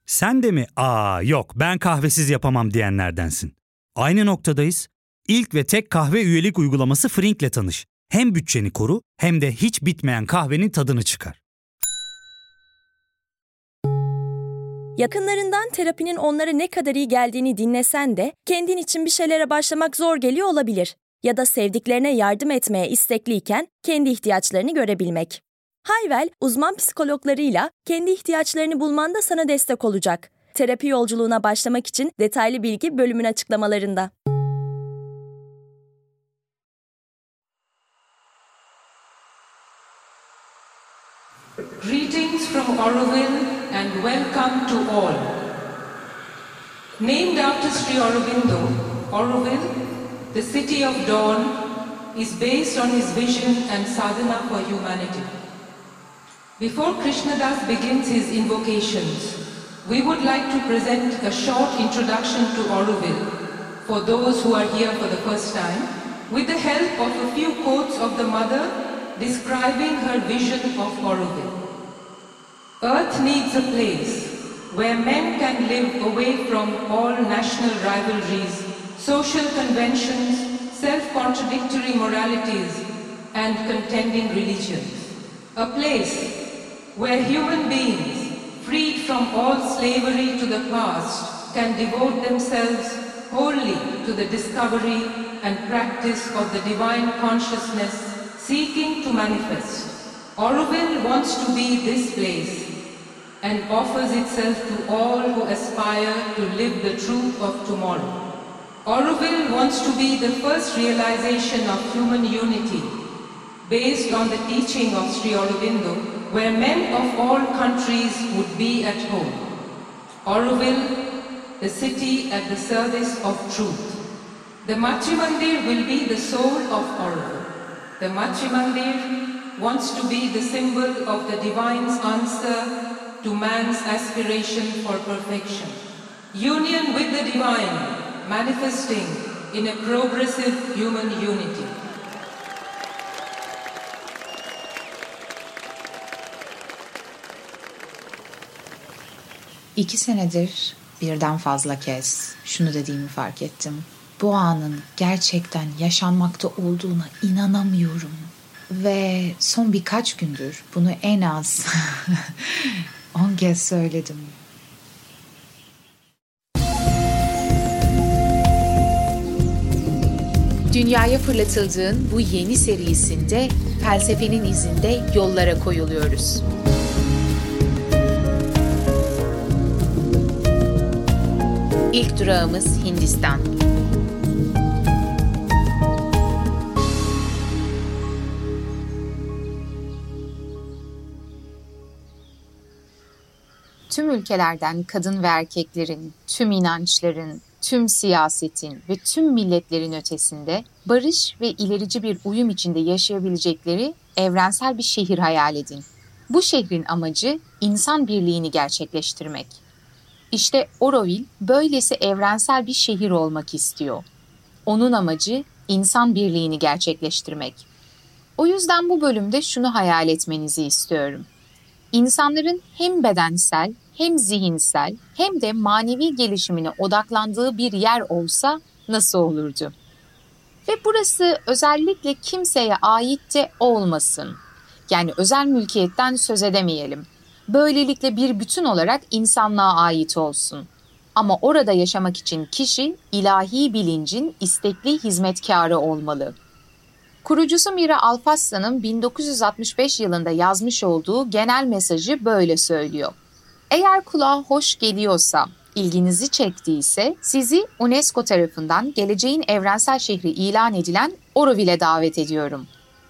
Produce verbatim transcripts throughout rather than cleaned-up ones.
Sen de mi "Aa yok ben kahvesiz yapamam" diyenlerdensin? Aynı noktadayız. İlk ve tek kahve üyelik uygulaması Frink'le tanış. Hem bütçeni koru hem de hiç bitmeyen kahvenin tadını çıkar. Yakınlarından terapinin onlara ne kadar iyi geldiğini dinlesen de kendin için bir şeylere başlamak zor geliyor olabilir. Ya da sevdiklerine yardım etmeye istekliyken kendi ihtiyaçlarını görebilmek. Hayvel, uzman psikologlarıyla kendi ihtiyaçlarını bulmanda sana destek olacak. Terapi yolculuğuna başlamak için detaylı bilgi bölümün açıklamalarında. Greetings from Auroville and welcome to all. Named after Sri Aurobindo, Auroville, the city of dawn, is based on his vision and sadhana for humanity. Before Krishnadas begins his invocations, we would like to present a short introduction to Auroville for those who are here for the first time, with the help of a few quotes of the mother describing her vision of Auroville. Earth needs a place where men can live away from all national rivalries, social conventions, self-contradictory moralities, and contending religions. A place where human beings, freed from all slavery to the past, can devote themselves wholly to the discovery and practice of the divine consciousness seeking to manifest. Auroville wants to be this place and offers itself to all who aspire to live the truth of tomorrow. Auroville wants to be the first realization of human unity based on the teaching of Sri Aurobindo, where men of all countries would be at home. Auroville, the city at the service of truth. The Machi Mandir will be the soul of Auroville. The Machi Mandir wants to be the symbol of the divine's answer to man's aspiration for perfection. Union with the divine, manifesting in a progressive human unity. İki senedir birden fazla kez şunu dediğimi fark ettim. Bu anın gerçekten yaşanmakta olduğuna inanamıyorum. Ve son birkaç gündür bunu en az on kez söyledim. Dünyaya fırlatıldığın bu yeni serisinde felsefenin izinde yollara koyuluyoruz. İlk durağımız Hindistan. Tüm ülkelerden kadın ve erkeklerin, tüm inançların, tüm siyasetin ve tüm milletlerin ötesinde barış ve ilerici bir uyum içinde yaşayabilecekleri evrensel bir şehir hayal edin. Bu şehrin amacı insan birliğini gerçekleştirmek. İşte Auroville böylesi evrensel bir şehir olmak istiyor. Onun amacı insan birliğini gerçekleştirmek. O yüzden bu bölümde şunu hayal etmenizi istiyorum. İnsanların hem bedensel, hem zihinsel, hem de manevi gelişimine odaklandığı bir yer olsa nasıl olurdu? Ve burası özellikle kimseye ait de olmasın. Yani özel mülkiyetten söz edemeyelim. Böylelikle bir bütün olarak insanlığa ait olsun. Ama orada yaşamak için kişi ilahi bilincin istekli hizmetkarı olmalı. Kurucusu Mira Alfassan'ın bin dokuz yüz altmış beş yılında yazmış olduğu genel mesajı böyle söylüyor. Eğer kulağa hoş geliyorsa, ilginizi çektiyse sizi UNESCO tarafından geleceğin evrensel şehri ilan edilen Auroville'e davet ediyorum.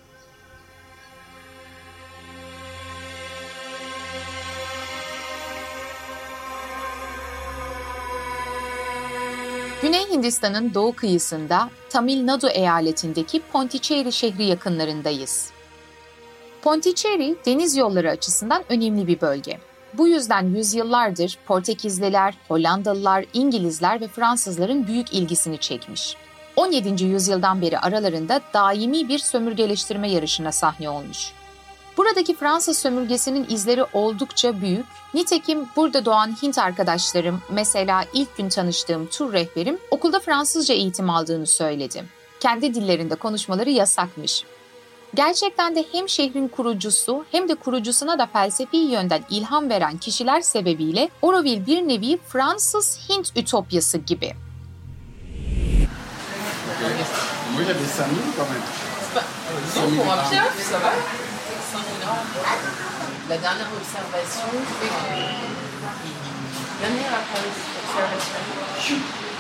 Güney Hindistan'ın doğu kıyısında Tamil Nadu eyaletindeki Pondicherry şehri yakınlarındayız. Pondicherry deniz yolları açısından önemli bir bölge. Bu yüzden yüzyıllardır Portekizliler, Hollandalılar, İngilizler ve Fransızların büyük ilgisini çekmiş. on yedinci yüzyıldan beri aralarında daimi bir sömürgeleştirme yarışına sahne olmuş. Buradaki Fransız sömürgesinin izleri oldukça büyük. Nitekim burada doğan Hint arkadaşlarım, mesela ilk gün tanıştığım tur rehberim okulda Fransızca eğitim aldığını söyledi. Kendi dillerinde konuşmaları yasakmış. Gerçekten de hem şehrin kurucusu hem de kurucusuna da felsefi yönden ilham veren kişiler sebebiyle Auroville bir nevi Fransız-Hint ütopyası gibi. La dernière observation fait que dernière observation.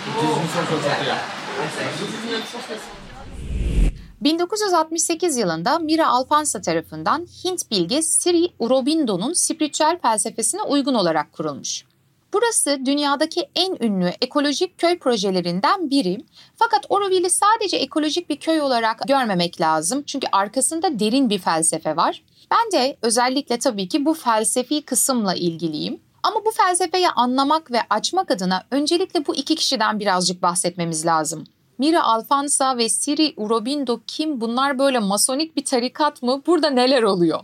bin dokuz yüz altmış sekiz yılında Mira Alfonso tarafından Hint bilge Sri Aurobindo'nun spiritüel felsefesine uygun olarak kurulmuş. Burası dünyadaki en ünlü ekolojik köy projelerinden biri. Fakat Auroville'i sadece ekolojik bir köy olarak görmemek lazım. Çünkü arkasında derin bir felsefe var. Ben de özellikle tabii ki bu felsefi kısımla ilgiliyim. Ama bu felsefeyi anlamak ve açmak adına öncelikle bu iki kişiden birazcık bahsetmemiz lazım. Mira Alfonso ve Sri Aurobindo kim? Bunlar böyle masonik bir tarikat mı? Burada neler oluyor?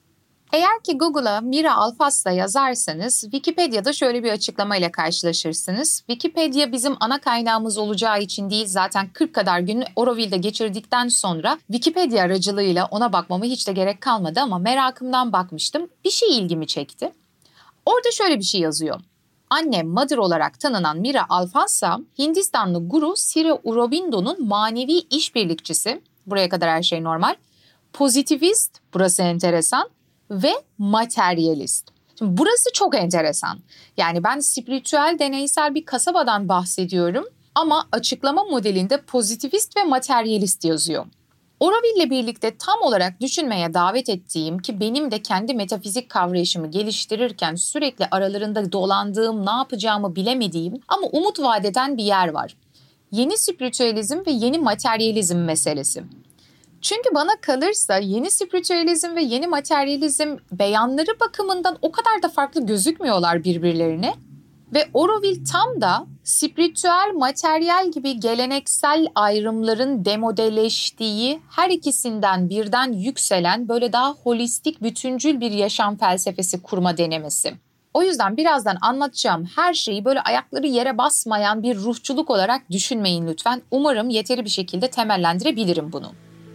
Eğer ki Google'a Mira Alfonso yazarsanız Wikipedia'da şöyle bir açıklamayla karşılaşırsınız. Wikipedia bizim ana kaynağımız olacağı için değil, zaten kırk kadar günü Auroville'de geçirdikten sonra Wikipedia aracılığıyla ona bakmama hiç de gerek kalmadı ama merakımdan bakmıştım. Bir şey ilgimi çekti. Orada şöyle bir şey yazıyor. Anne Mother olarak tanınan Mira Alfonso, Hindistanlı guru Sri Aurobindo'nun manevi işbirlikçisi, buraya kadar her şey normal, pozitivist, burası enteresan, ve materyalist. Şimdi burası çok enteresan. Yani ben spiritüel deneysel bir kasabadan bahsediyorum ama açıklama modelinde pozitivist ve materyalist yazıyor. Auroville'le birlikte tam olarak düşünmeye davet ettiğim ki benim de kendi metafizik kavrayışımı geliştirirken sürekli aralarında dolandığım, ne yapacağımı bilemediğim ama umut vaat eden bir yer var. Yeni spiritüalizm ve yeni materyalizm meselesi. Çünkü bana kalırsa yeni spiritüalizm ve yeni materyalizm beyanları bakımından o kadar da farklı gözükmüyorlar birbirlerine. Ve Auroville tam da spiritüel, materyal gibi geleneksel ayrımların demodeleştiği, her ikisinden birden yükselen böyle daha holistik, bütüncül bir yaşam felsefesi kurma denemesi. O yüzden birazdan anlatacağım her şeyi böyle ayakları yere basmayan bir ruhçuluk olarak düşünmeyin lütfen. Umarım yeteri bir şekilde temellendirebilirim bunu.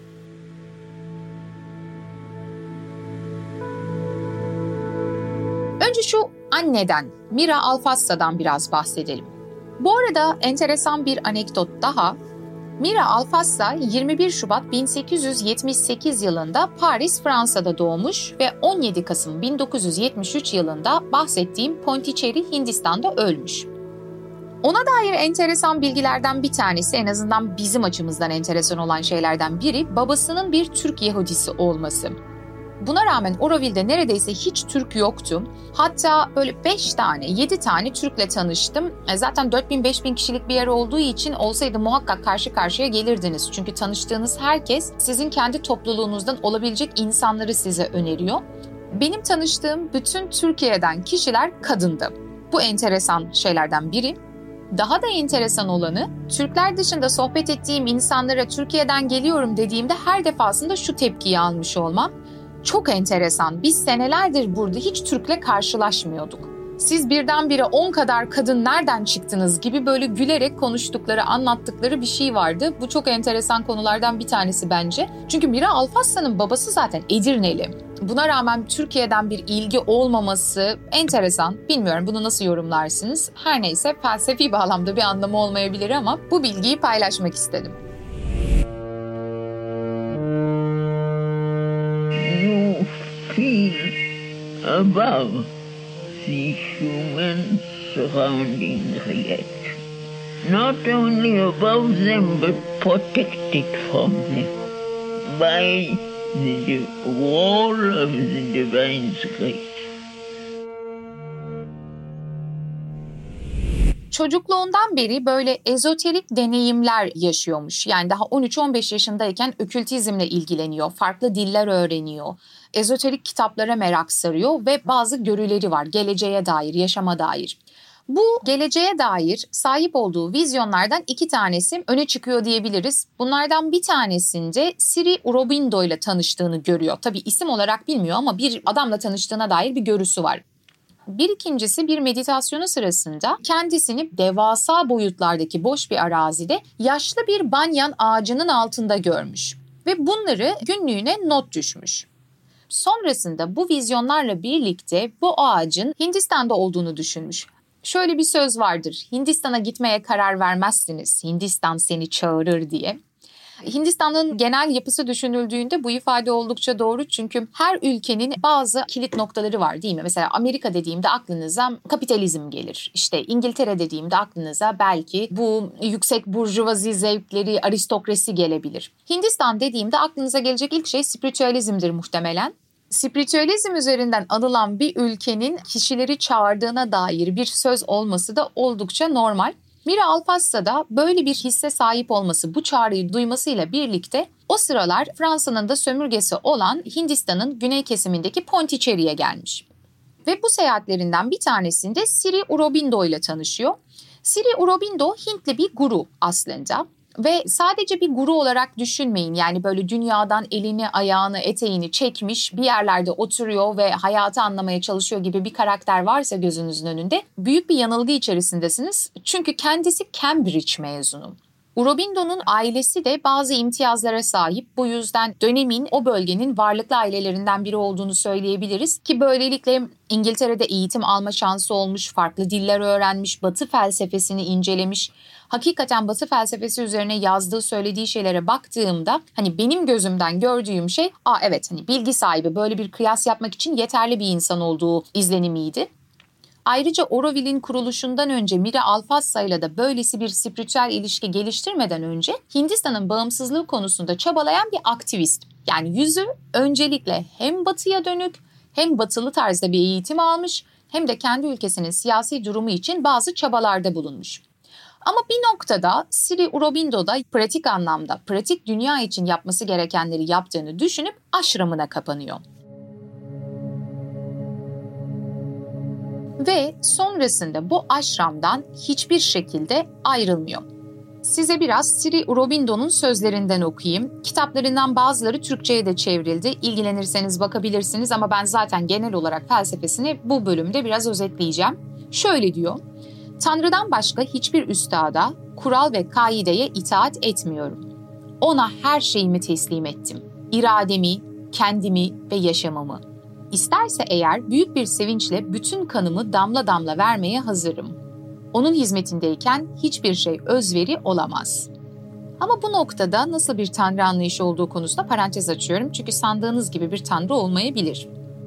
Önce şu anneden, Mira Alfonso'dan biraz bahsedelim. Bu arada enteresan bir anekdot daha. Mira Alfonso yirmi bir Şubat bin sekiz yüz yetmiş sekiz yılında Paris, Fransa'da doğmuş ve on yedi Kasım bin dokuz yüz yetmiş üç yılında bahsettiğim Pondicherry, Hindistan'da ölmüş. Ona dair enteresan bilgilerden bir tanesi, en azından bizim açımızdan enteresan olan şeylerden biri, babasının bir Türk Yahudisi olması. Buna rağmen Auroville'de neredeyse hiç Türk yoktu. Hatta böyle beş tane, yedi tane Türk'le tanıştım. Zaten dört bin beş bin kişilik bir yer olduğu için olsaydı muhakkak karşı karşıya gelirdiniz. Çünkü tanıştığınız herkes sizin kendi topluluğunuzdan olabilecek insanları size öneriyor. Benim tanıştığım bütün Türkiye'den kişiler kadındı. Bu enteresan şeylerden biri. Daha da enteresan olanı, Türkler dışında sohbet ettiğim insanlara Türkiye'den geliyorum dediğimde her defasında şu tepkiyi almış olmam. Çok enteresan. Biz senelerdir burada hiç Türk'le karşılaşmıyorduk. Siz birdenbire on kadar kadın nereden çıktınız gibi böyle gülerek konuştukları, anlattıkları bir şey vardı. Bu çok enteresan konulardan bir tanesi bence. Çünkü Mira Alfonso'nun babası zaten Edirneli. Buna rağmen Türkiye'den bir ilgi olmaması enteresan. Bilmiyorum, bunu nasıl yorumlarsınız? Her neyse, felsefi bağlamda bir anlamı olmayabilir ama bu bilgiyi paylaşmak istedim. You feel above the human surroundings yet. Not only above them, but protected from them by the wall of the divine grace. Çocukluğundan beri böyle ezoterik deneyimler yaşıyormuş. Yani daha on üç on beş yaşındayken okültizmle ilgileniyor, farklı diller öğreniyor, ezoterik kitaplara merak sarıyor ve bazı görüleri var geleceğe dair, yaşama dair. Bu geleceğe dair sahip olduğu vizyonlardan iki tanesi öne çıkıyor diyebiliriz. Bunlardan bir tanesinde Sri Aurobindo ile tanıştığını görüyor. Tabii isim olarak bilmiyor ama bir adamla tanıştığına dair bir görüsü var. Bir ikincisi bir meditasyonu sırasında kendisini devasa boyutlardaki boş bir arazide yaşlı bir banyan ağacının altında görmüş ve bunları günlüğüne not düşmüş. Sonrasında bu vizyonlarla birlikte bu ağacın Hindistan'da olduğunu düşünmüş. Şöyle bir söz vardır, Hindistan'a gitmeye karar vermezsiniz, Hindistan seni çağırır diye. Hindistan'ın genel yapısı düşünüldüğünde bu ifade oldukça doğru çünkü her ülkenin bazı kilit noktaları var değil mi? Mesela Amerika dediğimde aklınıza kapitalizm gelir. İşte İngiltere dediğimde aklınıza belki bu yüksek burjuvazi zevkleri, aristokrasi gelebilir. Hindistan dediğimde aklınıza gelecek ilk şey spiritüalizmdir muhtemelen. Spiritüalizm üzerinden anılan bir ülkenin kişileri çağırdığına dair bir söz olması da oldukça normal. Mira Alfassa da böyle bir hisse sahip olması, bu çağrıyı duymasıyla birlikte o sıralar Fransa'nın da sömürgesi olan Hindistan'ın güney kesimindeki Pondicherry'e gelmiş. Ve bu seyahatlerinden bir tanesinde Sri Aurobindo ile tanışıyor. Sri Aurobindo Hintli bir guru aslında. Ve sadece bir guru olarak düşünmeyin, yani böyle dünyadan elini, ayağını, eteğini çekmiş bir yerlerde oturuyor ve hayatı anlamaya çalışıyor gibi bir karakter varsa gözünüzün önünde büyük bir yanılgı içerisindesiniz. Çünkü kendisi Cambridge mezunu. Aurobindo'nun ailesi de bazı imtiyazlara sahip. Bu yüzden dönemin o bölgenin varlıklı ailelerinden biri olduğunu söyleyebiliriz. Ki böylelikle İngiltere'de eğitim alma şansı olmuş, farklı diller öğrenmiş, Batı felsefesini incelemiş. Hakikaten Batı felsefesi üzerine yazdığı, söylediği şeylere baktığımda hani benim gözümden gördüğüm şey, aa evet hani bilgi sahibi, böyle bir kıyas yapmak için yeterli bir insan olduğu izlenimiydi. Ayrıca Auroville'in kuruluşundan önce Mira Alfassa ile de böylesi bir spiritüel ilişki geliştirmeden önce Hindistan'ın bağımsızlığı konusunda çabalayan bir aktivist. Yani yüzü öncelikle hem batıya dönük, hem batılı tarzda bir eğitim almış, hem de kendi ülkesinin siyasi durumu için bazı çabalarda bulunmuş. Ama bir noktada Sri Aurobindo da pratik anlamda, pratik dünya için yapması gerekenleri yaptığını düşünüp aşramına kapanıyor. Ve sonrasında bu aşramdan hiçbir şekilde ayrılmıyor. Size biraz Sri Aurobindo'nun sözlerinden okuyayım. Kitaplarından bazıları Türkçe'ye de çevrildi. İlgilenirseniz bakabilirsiniz ama ben zaten genel olarak felsefesini bu bölümde biraz özetleyeceğim. Şöyle diyor: Tanrı'dan başka hiçbir üstada, kural ve kaideye itaat etmiyorum. Ona her şeyimi teslim ettim. İrademi, kendimi ve yaşamımı. İsterse eğer büyük bir sevinçle bütün kanımı damla damla vermeye hazırım. Onun hizmetindeyken hiçbir şey özveri olamaz. Ama bu noktada nasıl bir tanrı anlayışı olduğu konusunda parantez açıyorum. Çünkü sandığınız gibi bir tanrı olmayabilir.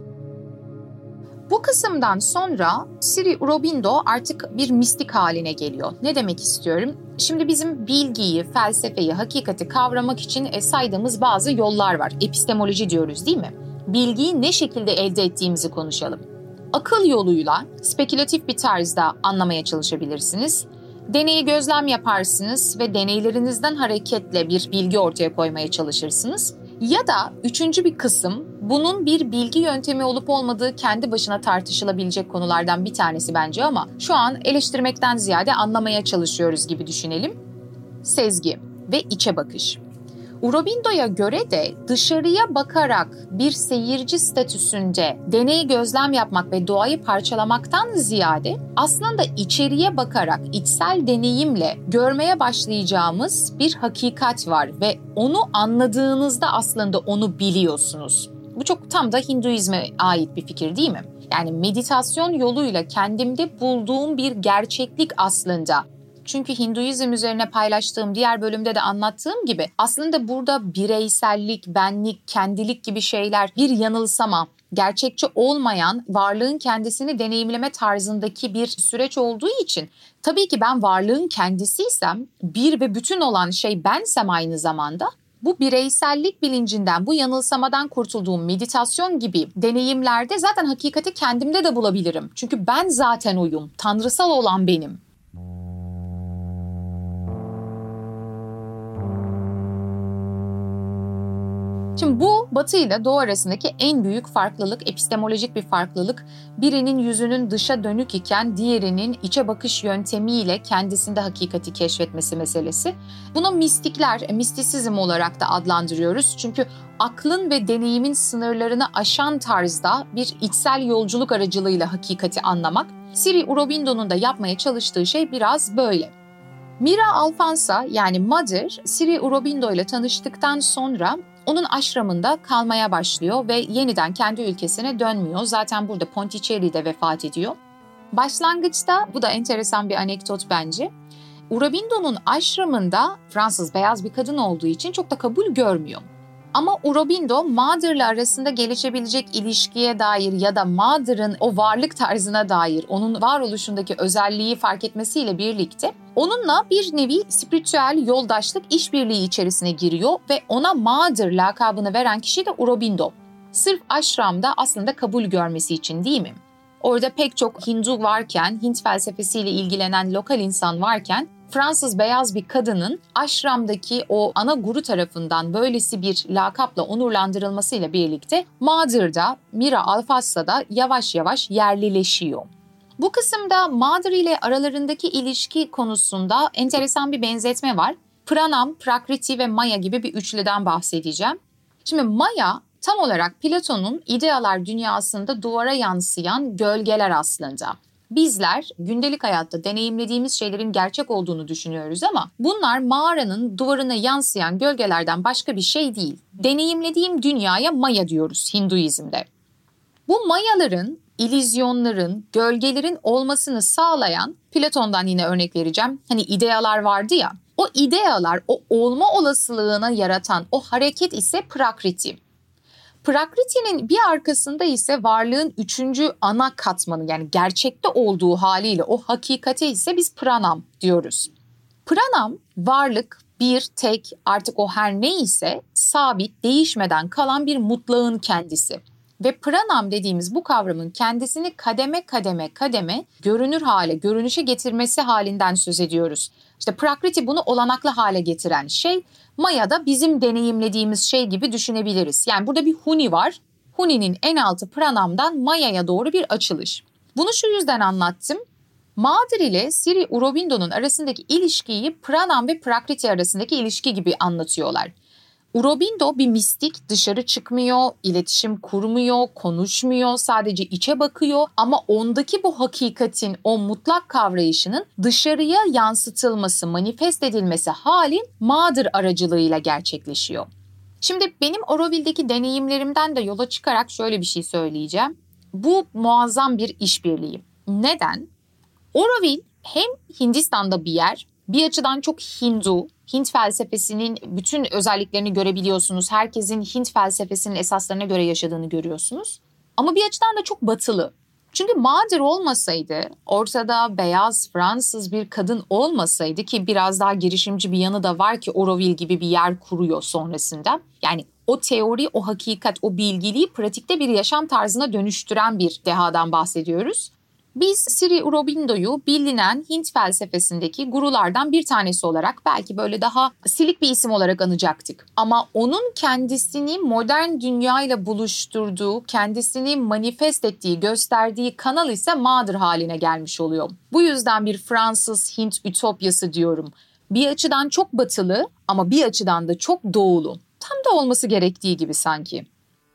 Bu kısımdan sonra Sri Aurobindo artık bir mistik haline geliyor. Ne demek istiyorum? Şimdi bizim bilgiyi, felsefeyi, hakikati kavramak için saydığımız bazı yollar var. Epistemoloji diyoruz değil mi? Bilgiyi ne şekilde elde ettiğimizi konuşalım. Akıl yoluyla spekülatif bir tarzda anlamaya çalışabilirsiniz. Deneyi gözlem yaparsınız ve deneylerinizden hareketle bir bilgi ortaya koymaya çalışırsınız. Ya da üçüncü bir kısım, bunun bir bilgi yöntemi olup olmadığı kendi başına tartışılabilecek konulardan bir tanesi bence ama şu an eleştirmekten ziyade anlamaya çalışıyoruz gibi düşünelim. Sezgi ve içe bakış. Aurobindo'ya göre de dışarıya bakarak bir seyirci statüsünde deney gözlem yapmak ve doğayı parçalamaktan ziyade aslında içeriye bakarak içsel deneyimle görmeye başlayacağımız bir hakikat var ve onu anladığınızda aslında onu biliyorsunuz. Bu çok tam da Hinduizme ait bir fikir değil mi? Yani meditasyon yoluyla kendimde bulduğum bir gerçeklik aslında. Çünkü Hinduizm üzerine paylaştığım diğer bölümde de anlattığım gibi aslında burada bireysellik, benlik, kendilik gibi şeyler bir yanılsama, gerçekçi olmayan varlığın kendisini deneyimleme tarzındaki bir süreç olduğu için tabii ki ben varlığın kendisiysem, bir ve bütün olan şey bensem aynı zamanda bu bireysellik bilincinden, bu yanılsamadan kurtulduğum meditasyon gibi deneyimlerde zaten hakikati kendimde de bulabilirim. Çünkü ben zaten oyum, tanrısal olan benim. Şimdi bu Batı ile Doğu arasındaki en büyük farklılık, epistemolojik bir farklılık. Birinin yüzünün dışa dönük iken diğerinin içe bakış yöntemiyle kendisinde hakikati keşfetmesi meselesi. Buna mistikler, mistisizm olarak da adlandırıyoruz. Çünkü aklın ve deneyimin sınırlarını aşan tarzda bir içsel yolculuk aracılığıyla hakikati anlamak. Sri Aurobindo'nun da yapmaya çalıştığı şey biraz böyle. Mira Alfonsa yani Mother, Sri Aurobindo ile tanıştıktan sonra onun aşramında kalmaya başlıyor ve yeniden kendi ülkesine dönmüyor. Zaten burada Pondicherry'de vefat ediyor. Başlangıçta, bu da enteresan bir anekdot bence, Aurobindo'nun aşramında Fransız beyaz bir kadın olduğu için çok da kabul görmüyor. Ama Aurobindo, Mother'la arasında gelişebilecek ilişkiye dair ya da Mother'ın o varlık tarzına dair, onun varoluşundaki özelliği fark etmesiyle birlikte onunla bir nevi spiritüel yoldaşlık işbirliği içerisine giriyor ve ona Mother lakabını veren kişi de Aurobindo. Sırf aşramda aslında kabul görmesi için, değil mi? Orada pek çok Hindu varken, Hint felsefesiyle ilgilenen lokal insan varken, Fransız beyaz bir kadının aşramdaki o ana guru tarafından böylesi bir lakapla onurlandırılmasıyla birlikte Mother'da, Mira Alfonsa yavaş yavaş yerlileşiyor. Bu kısımda Mother ile aralarındaki ilişki konusunda enteresan bir benzetme var. Pranam, Prakriti ve Maya gibi bir üçlüden bahsedeceğim. Şimdi Maya tam olarak Platon'un idealar dünyasında duvara yansıyan gölgeler aslında. Bizler gündelik hayatta deneyimlediğimiz şeylerin gerçek olduğunu düşünüyoruz ama bunlar mağaranın duvarına yansıyan gölgelerden başka bir şey değil. Deneyimlediğim dünyaya Maya diyoruz Hinduizm'de. Bu Mayaların, illüzyonların, gölgelerin olmasını sağlayan, Platon'dan yine örnek vereceğim, hani idealar vardı ya, o idealar, o olma olasılığına yaratan o hareket ise Prakriti. Prakriti'nin bir arkasında ise varlığın üçüncü ana katmanı, yani gerçekte olduğu haliyle o hakikate ise biz pranam diyoruz. Pranam, varlık, bir, tek, artık o her neyse sabit, değişmeden kalan bir mutlağın kendisi. Ve pranam dediğimiz bu kavramın kendisini kademe kademe kademe görünür hale, görünüşe getirmesi halinden söz ediyoruz. İşte Prakriti bunu olanaklı hale getiren şey, Maya da bizim deneyimlediğimiz şey gibi düşünebiliriz. Yani burada bir huni var. Huni'nin en altı pranamdan Maya'ya doğru bir açılış. Bunu şu yüzden anlattım. Mother ile Sri Aurobindo'nun arasındaki ilişkiyi pranam ve Prakriti arasındaki ilişki gibi anlatıyorlar. Aurobindo bir mistik, dışarı çıkmıyor, iletişim kurmuyor, konuşmuyor, sadece içe bakıyor ama ondaki bu hakikatin, o mutlak kavrayışının dışarıya yansıtılması, manifest edilmesi hali Mother aracılığıyla gerçekleşiyor. Şimdi benim Auroville'deki deneyimlerimden de yola çıkarak şöyle bir şey söyleyeceğim. Bu muazzam bir işbirliği. Neden? Auroville hem Hindistan'da bir yer, bir açıdan çok Hindu, Hint felsefesinin bütün özelliklerini görebiliyorsunuz. Herkesin Hint felsefesinin esaslarına göre yaşadığını görüyorsunuz. Ama bir açıdan da çok batılı. Çünkü Mother olmasaydı, ortada beyaz Fransız bir kadın olmasaydı, ki biraz daha girişimci bir yanı da var ki Auroville gibi bir yer kuruyor sonrasında. Yani o teori, o hakikat, o bilgiliği pratikte bir yaşam tarzına dönüştüren bir dehadan bahsediyoruz. Biz Sri Aurobindo'yu bilinen Hint felsefesindeki gurulardan bir tanesi olarak belki böyle daha silik bir isim olarak anacaktık. Ama onun kendisini modern dünyayla buluşturduğu, kendisini manifest ettiği, gösterdiği kanal ise Mother haline gelmiş oluyor. Bu yüzden bir Fransız-Hint ütopyası diyorum. Bir açıdan çok batılı ama bir açıdan da çok doğulu. Tam da olması gerektiği gibi sanki.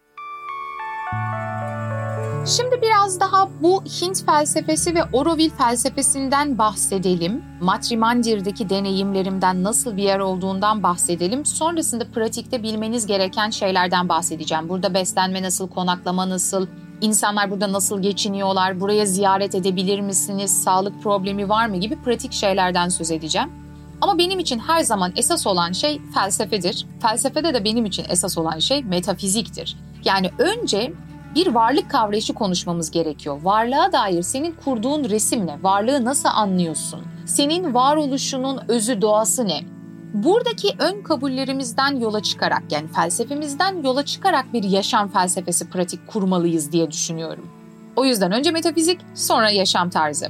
Şimdi biraz daha bu Hint felsefesi ve Auroville felsefesinden bahsedelim. Matrimandir'deki deneyimlerimden nasıl bir yer olduğundan bahsedelim. Sonrasında pratikte bilmeniz gereken şeylerden bahsedeceğim. Burada beslenme nasıl, konaklama nasıl, insanlar burada nasıl geçiniyorlar, buraya ziyaret edebilir misiniz, sağlık problemi var mı gibi pratik şeylerden söz edeceğim. Ama benim için her zaman esas olan şey felsefedir. Felsefede de benim için esas olan şey metafiziktir. Yani önce bir varlık kavrayışı konuşmamız gerekiyor. Varlığa dair senin kurduğun resim ne? Varlığı nasıl anlıyorsun? Senin varoluşunun özü, doğası ne? Buradaki ön kabullerimizden yola çıkarak, yani felsefemizden yola çıkarak bir yaşam felsefesi pratik kurmalıyız diye düşünüyorum. O yüzden önce metafizik, sonra yaşam tarzı.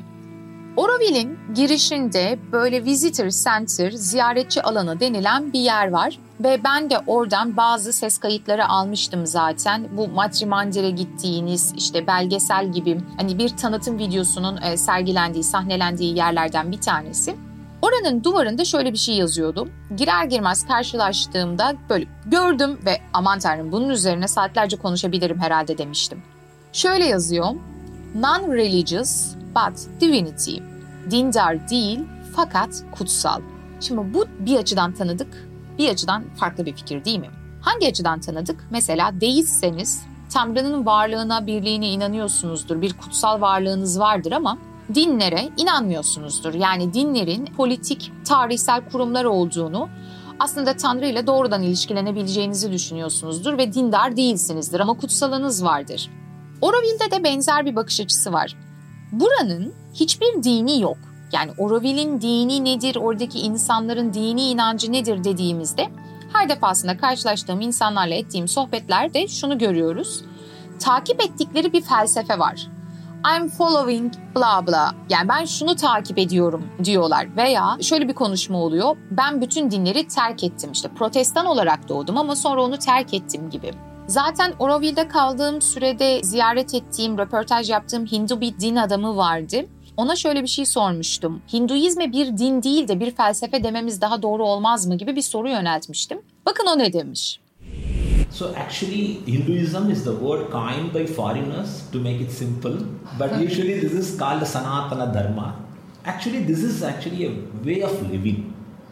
Auroville'in girişinde böyle visitor center, ziyaretçi alanı denilen bir yer var. Ve ben de oradan bazı ses kayıtları almıştım zaten. Bu Matrimandir'e gittiğiniz işte belgesel gibi hani bir tanıtım videosunun sergilendiği, sahnelendiği yerlerden bir tanesi. Oranın duvarında şöyle bir şey yazıyordu. Girer girmez karşılaştığımda böyle gördüm ve aman tanrım bunun üzerine saatlerce konuşabilirim herhalde demiştim. Şöyle yazıyor. Non-religious but divinity. Dindar değil fakat kutsal. Şimdi bu bir açıdan tanıdık, bir açıdan farklı bir fikir değil mi? Hangi açıdan tanıdık? Mesela deistseniz Tanrı'nın varlığına, birliğine inanıyorsunuzdur. Bir kutsal varlığınız vardır ama dinlere inanmıyorsunuzdur. Yani dinlerin politik, tarihsel kurumlar olduğunu, aslında Tanrı ile doğrudan ilişkilenebileceğinizi düşünüyorsunuzdur ve dindar değilsinizdir ama kutsalınız vardır. Auroville'de de benzer bir bakış açısı var. Buranın hiçbir dini yok. Yani Auroville'in dini nedir, oradaki insanların dini inancı nedir dediğimizde her defasında karşılaştığım insanlarla ettiğim sohbetlerde şunu görüyoruz. Takip ettikleri bir felsefe var. I'm following bla bla. Yani ben şunu takip ediyorum diyorlar. Veya şöyle bir konuşma oluyor. Ben bütün dinleri terk ettim. İşte protestan olarak doğdum ama sonra onu terk ettim gibi. Zaten Auroville'de kaldığım sürede ziyaret ettiğim, röportaj yaptığım Hindu bir din adamı vardı. Ona şöyle bir şey sormuştum. Hinduizme bir din değil de bir felsefe dememiz daha doğru olmaz mı gibi bir soru yöneltmiştim. Bakın o ne demiş. So actually Hinduism is the word coined by foreigners to make it simple, but usually this is called Sanatana Dharma. Actually this is actually a way of living.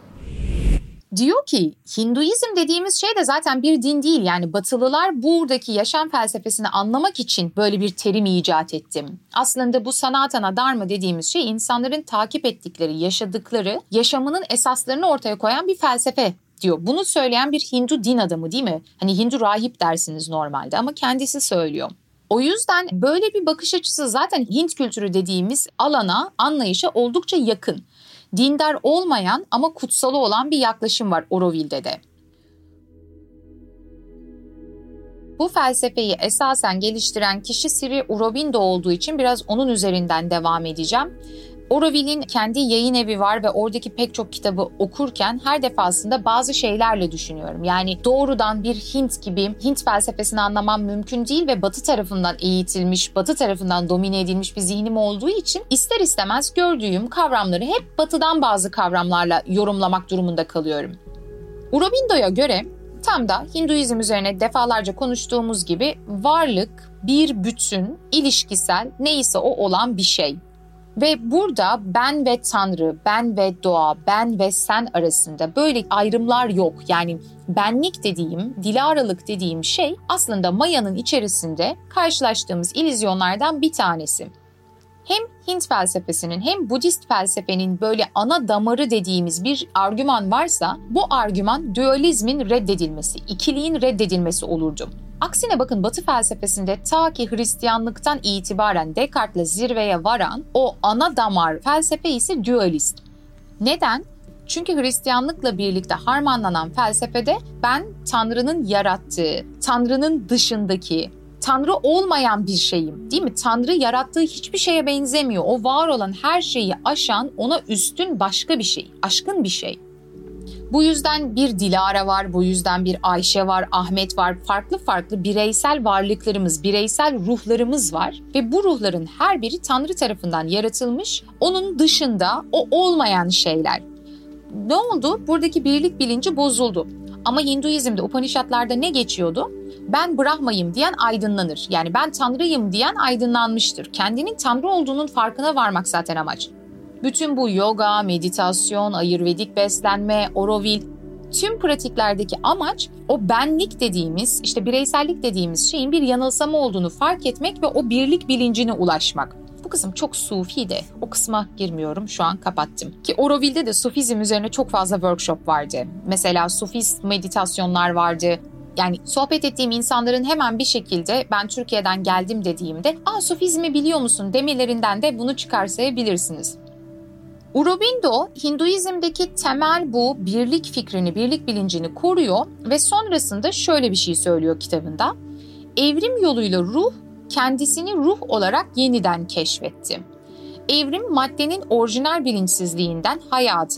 Diyor ki Hinduizm dediğimiz şey de zaten bir din değil. Yani Batılılar buradaki yaşam felsefesini anlamak için böyle bir terim icat ettim. Aslında bu Sanatana Dharma dediğimiz şey insanların takip ettikleri, yaşadıkları, yaşamının esaslarını ortaya koyan bir felsefe diyor. Bunu söyleyen bir Hindu din adamı değil mi? Hani Hindu rahip dersiniz normalde ama kendisi söylüyor. O yüzden böyle bir bakış açısı zaten Hint kültürü dediğimiz alana, anlayışa oldukça yakın. Dindar olmayan ama kutsalı olan bir yaklaşım var Auroville'de de. Bu felsefeyi esasen geliştiren kişi Sri Aurobindo olduğu için biraz onun üzerinden devam edeceğim. Auroville'in kendi yayın evi var ve oradaki pek çok kitabı okurken her defasında bazı şeylerle düşünüyorum. Yani doğrudan bir Hint gibi Hint felsefesini anlamam mümkün değil ve Batı tarafından eğitilmiş, Batı tarafından domine edilmiş bir zihnim olduğu için ister istemez gördüğüm kavramları hep Batı'dan bazı kavramlarla yorumlamak durumunda kalıyorum. Aurobindo'ya göre tam da Hinduizm üzerine defalarca konuştuğumuz gibi varlık bir bütün, ilişkisel, neyse o olan bir şey. Ve burada ben ve Tanrı, ben ve doğa, ben ve sen arasında böyle ayrımlar yok. Yani benlik dediğim, Dilara'lık dediğim şey aslında Maya'nın içerisinde karşılaştığımız illüzyonlardan bir tanesi. Hem Hint felsefesinin hem Budist felsefenin böyle ana damarı dediğimiz bir argüman varsa bu argüman dualizmin reddedilmesi, ikiliğin reddedilmesi olurdu. Aksine bakın Batı felsefesinde ta ki Hristiyanlıktan itibaren Descartes'le zirveye varan o ana damar felsefe ise dualist. Neden? Çünkü Hristiyanlıkla birlikte harmanlanan felsefede ben Tanrı'nın yarattığı, Tanrı'nın dışındaki, Tanrı olmayan bir şeyim, değil mi? Tanrı yarattığı hiçbir şeye benzemiyor. O var olan her şeyi aşan, ona üstün başka bir şey, aşkın bir şey. Bu yüzden bir Dilara var, bu yüzden bir Ayşe var, Ahmet var. Farklı farklı bireysel varlıklarımız, bireysel ruhlarımız var. Ve bu ruhların her biri Tanrı tarafından yaratılmış, onun dışında o olmayan şeyler. Ne oldu? Buradaki birlik bilinci bozuldu. Ama Hinduizm'de, Upanishadlarda ne geçiyordu? Ben Brahma'yım diyen aydınlanır. Yani ben Tanrı'yım diyen aydınlanmıştır. Kendinin Tanrı olduğunun farkına varmak zaten amaç. Bütün bu yoga, meditasyon, ayurvedik beslenme, Auroville, tüm pratiklerdeki amaç o benlik dediğimiz, işte bireysellik dediğimiz şeyin bir yanılsama olduğunu fark etmek ve o birlik bilincine ulaşmak. Bu kısım çok sufi de o kısma girmiyorum, şu an kapattım. Ki Auroville'de de sufizm üzerine çok fazla workshop vardı. Mesela sufist meditasyonlar vardı. Yani sohbet ettiğim insanların hemen bir şekilde ben Türkiye'den geldim dediğimde "Aa sufizmi biliyor musun?" demelerinden de bunu çıkarsayabilirsiniz. Aurobindo, Hinduizm'deki temel bu birlik fikrini, birlik bilincini koruyor ve sonrasında şöyle bir şey söylüyor kitabında. Evrim yoluyla ruh, kendisini ruh olarak yeniden keşfetti. Evrim maddenin orijinal bilinçsizliğinden hayata,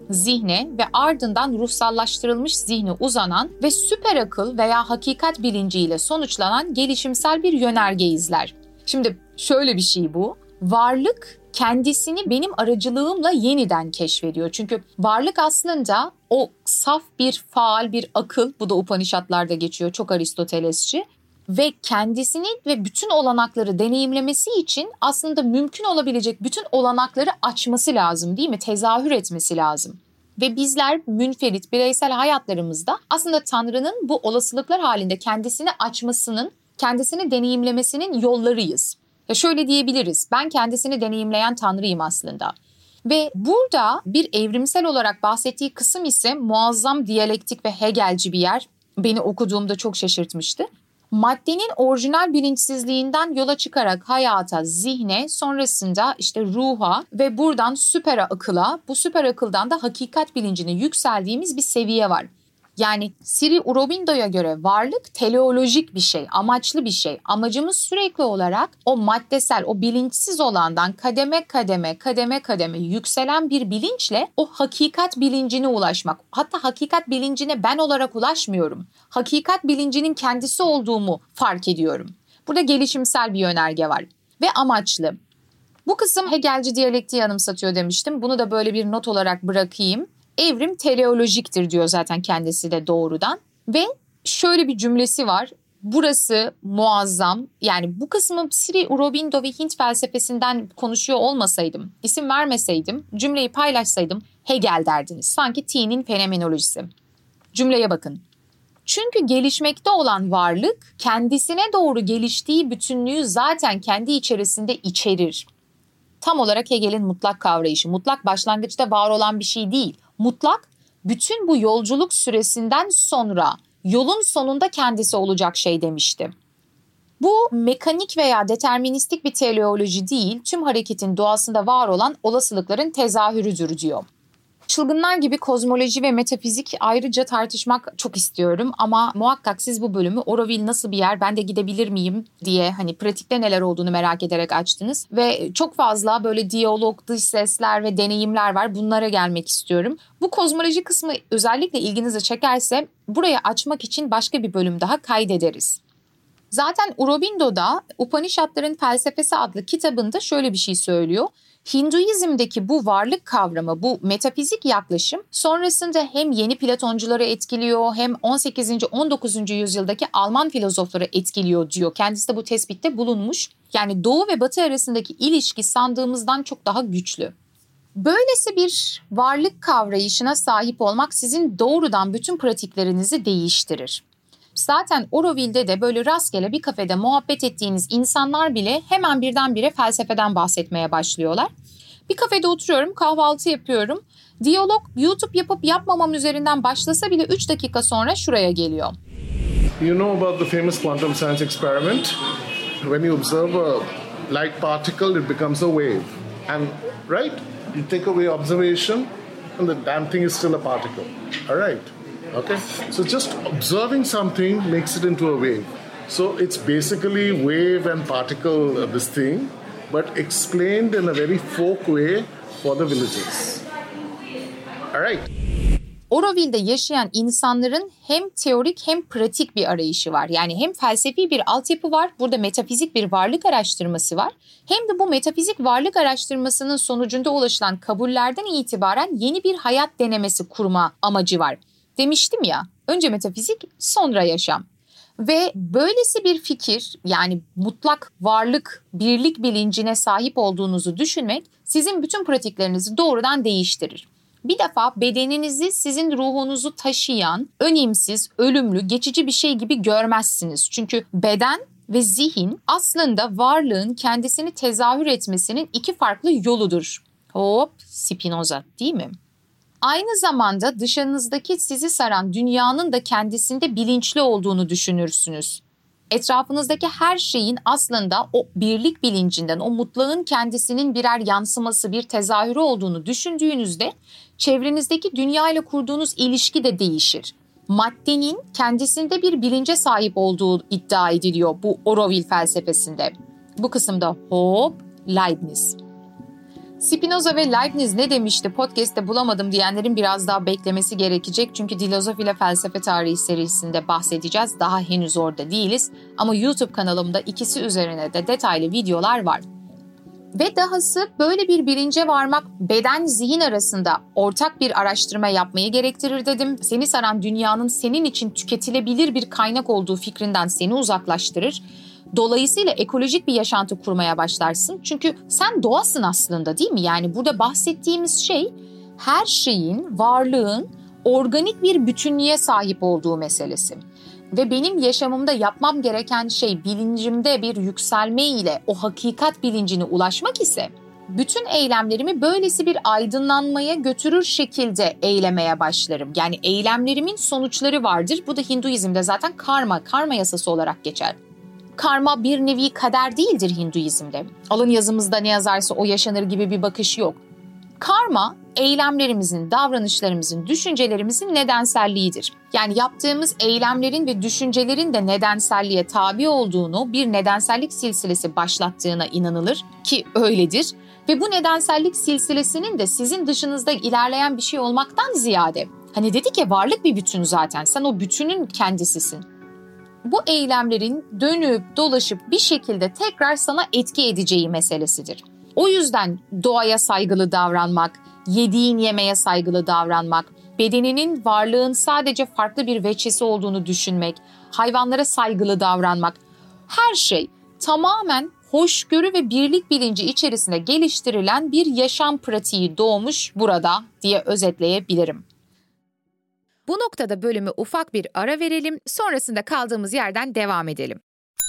zihne ve ardından ruhsallaştırılmış zihne uzanan ve süper akıl veya hakikat bilinciyle sonuçlanan gelişimsel bir yönerge izler. Şimdi şöyle bir şey bu. Varlık kendisini benim aracılığımla yeniden keşfediyor. Çünkü varlık aslında o saf bir faal bir akıl, bu da Upanishadlarda geçiyor, çok Aristotelesçi. Ve kendisini ve bütün olanakları deneyimlemesi için aslında mümkün olabilecek bütün olanakları açması lazım, değil mi? Tezahür etmesi lazım. Ve bizler münferit bireysel hayatlarımızda aslında Tanrı'nın bu olasılıklar halinde kendisini açmasının, kendisini deneyimlemesinin yollarıyız. Ya şöyle diyebiliriz, ben kendisini deneyimleyen Tanrı'yım aslında. Ve burada bir evrimsel olarak bahsettiği kısım ise muazzam diyalektik ve Hegelci bir yer. Beni okuduğumda çok şaşırtmıştı. Maddenin orijinal bilinçsizliğinden yola çıkarak hayata, zihne, sonrasında işte ruha ve buradan süper akıla, bu süper akıldan da hakikat bilincine yükseldiğimiz bir seviye var. Yani Sri Aurobindo'ya göre varlık teleolojik bir şey, amaçlı bir şey. Amacımız sürekli olarak o maddesel, o bilinçsiz olandan kademe kademe, kademe kademe yükselen bir bilinçle o hakikat bilincine ulaşmak. Hatta hakikat bilincine ben olarak ulaşmıyorum. Hakikat bilincinin kendisi olduğumu fark ediyorum. Burada gelişimsel bir yönerge var ve amaçlı. Bu kısım Hegelci diyalektiği anımsatıyor demiştim. Bunu da böyle bir not olarak bırakayım. Evrim teleolojiktir diyor zaten kendisi de doğrudan. Ve şöyle bir cümlesi var. Burası muazzam. Yani bu kısmı Sri Aurobindo ve Hint felsefesinden konuşuyor olmasaydım, isim vermeseydim, cümleyi paylaşsaydım Hegel derdiniz. Sanki T'nin fenomenolojisi. Cümleye bakın. Çünkü gelişmekte olan varlık kendisine doğru geliştiği bütünlüğü zaten kendi içerisinde içerir. Tam olarak Hegel'in mutlak kavrayışı. Mutlak başlangıçta var olan bir şey değil. Mutlak, bütün bu yolculuk süresinden sonra yolun sonunda kendisi olacak şey demişti. Bu mekanik veya deterministik bir teleoloji değil, tüm hareketin doğasında var olan olasılıkların tezahürüdür diyor. Çılgınlar gibi kozmoloji ve metafizik ayrıca tartışmak çok istiyorum ama muhakkak siz bu bölümü Auroville nasıl bir yer, ben de gidebilir miyim diye hani pratikte neler olduğunu merak ederek açtınız. Ve çok fazla böyle diyalog, dış sesler ve deneyimler var, bunlara gelmek istiyorum. Bu kozmoloji kısmı özellikle ilginizi çekerse burayı açmak için başka bir bölüm daha kaydederiz. Zaten Aurobindo'da Upanishadların Felsefesi adlı kitabında şöyle bir şey söylüyor. Hinduizm'deki bu varlık kavramı, bu metafizik yaklaşım sonrasında hem yeni Platoncuları etkiliyor hem on sekizinci on dokuzuncu yüzyıldaki Alman filozofları etkiliyor diyor. Kendisi de bu tespitte bulunmuş. Yani Doğu ve Batı arasındaki ilişki sandığımızdan çok daha güçlü. Böylesi bir varlık kavrayışına sahip olmak sizin doğrudan bütün pratiklerinizi değiştirir. Zaten Auroville'de de böyle rastgele bir kafede muhabbet ettiğiniz insanlar bile hemen birdenbire felsefeden bahsetmeye başlıyorlar. Bir kafede oturuyorum, kahvaltı yapıyorum. Diyalog YouTube yapıp yapmamam üzerinden başlasa bile üç dakika sonra şuraya geliyor. You know about the famous quantum science experiment? When you observe a light particle, it becomes a wave. And right, you take away observation and the damn thing is still a particle. All right. Okay, so just observing something makes it into a wave. So it's basically wave and particle uh, this thing, but explained in a very folk way for the villagers. All right. Auroville'de yaşayan insanların hem teorik hem pratik bir arayışı var. Yani hem felsefi bir altyapı var, burada metafizik bir varlık araştırması var. Hem de bu metafizik varlık araştırmasının sonucunda ulaşılan kabullerden itibaren yeni bir hayat denemesi kurma amacı var. Demiştim ya, önce metafizik, sonra yaşam. Ve böylesi bir fikir, yani mutlak varlık, birlik bilincine sahip olduğunuzu düşünmek sizin bütün pratiklerinizi doğrudan değiştirir. Bir defa bedeninizi sizin ruhunuzu taşıyan, önemsiz, ölümlü, geçici bir şey gibi görmezsiniz. Çünkü beden ve zihin aslında varlığın kendisini tezahür etmesinin iki farklı yoludur. Hop, Spinoza değil mi? Aynı zamanda dışınızdaki sizi saran dünyanın da kendisinde bilinçli olduğunu düşünürsünüz. Etrafınızdaki her şeyin aslında o birlik bilincinden, o mutlağın kendisinin birer yansıması, bir tezahürü olduğunu düşündüğünüzde çevrenizdeki dünya ile kurduğunuz ilişki de değişir. Maddenin kendisinde bir bilince sahip olduğu iddia ediliyor bu Auroville felsefesinde. Bu kısımda hop, Leibniz. Spinoza ve Leibniz ne demişti podcast'te bulamadım diyenlerin biraz daha beklemesi gerekecek. Çünkü Dilozofi ile Felsefe Tarihi serisinde bahsedeceğiz. Daha henüz orada değiliz. Ama YouTube kanalımda ikisi üzerine de detaylı videolar var. Ve dahası böyle bir bilince varmak beden zihin arasında ortak bir araştırma yapmayı gerektirir dedim. Seni saran dünyanın senin için tüketilebilir bir kaynak olduğu fikrinden seni uzaklaştırır. Dolayısıyla ekolojik bir yaşantı kurmaya başlarsın. Çünkü sen doğasın aslında, değil mi? Yani burada bahsettiğimiz şey her şeyin, varlığın organik bir bütünlüğe sahip olduğu meselesi. Ve benim yaşamımda yapmam gereken şey bilincimde bir yükselme ile o hakikat bilincine ulaşmak ise bütün eylemlerimi böylesi bir aydınlanmaya götürür şekilde eylemeye başlarım. Yani eylemlerimin sonuçları vardır. Bu da Hinduizm'de zaten karma, karma yasası olarak geçer. Karma bir nevi kader değildir Hinduizm'de. Alın yazımızda ne yazarsa o yaşanır gibi bir bakış yok. Karma, eylemlerimizin, davranışlarımızın, düşüncelerimizin nedenselliğidir. Yani yaptığımız eylemlerin ve düşüncelerin de nedenselliğe tabi olduğunu, bir nedensellik silsilesi başlattığına inanılır ki öyledir. Ve bu nedensellik silsilesinin de sizin dışınızda ilerleyen bir şey olmaktan ziyade, hani dedik ya varlık bir bütün zaten, sen o bütünün kendisisin. Bu eylemlerin dönüp dolaşıp bir şekilde tekrar sana etki edeceği meselesidir. O yüzden doğaya saygılı davranmak, yediğin yemeğe saygılı davranmak, bedeninin, varlığın sadece farklı bir veçesi olduğunu düşünmek, hayvanlara saygılı davranmak, her şey tamamen hoşgörü ve birlik bilinci içerisinde geliştirilen bir yaşam pratiği doğmuş burada diye özetleyebilirim. Bu noktada bölümü ufak bir ara verelim, sonrasında kaldığımız yerden devam edelim.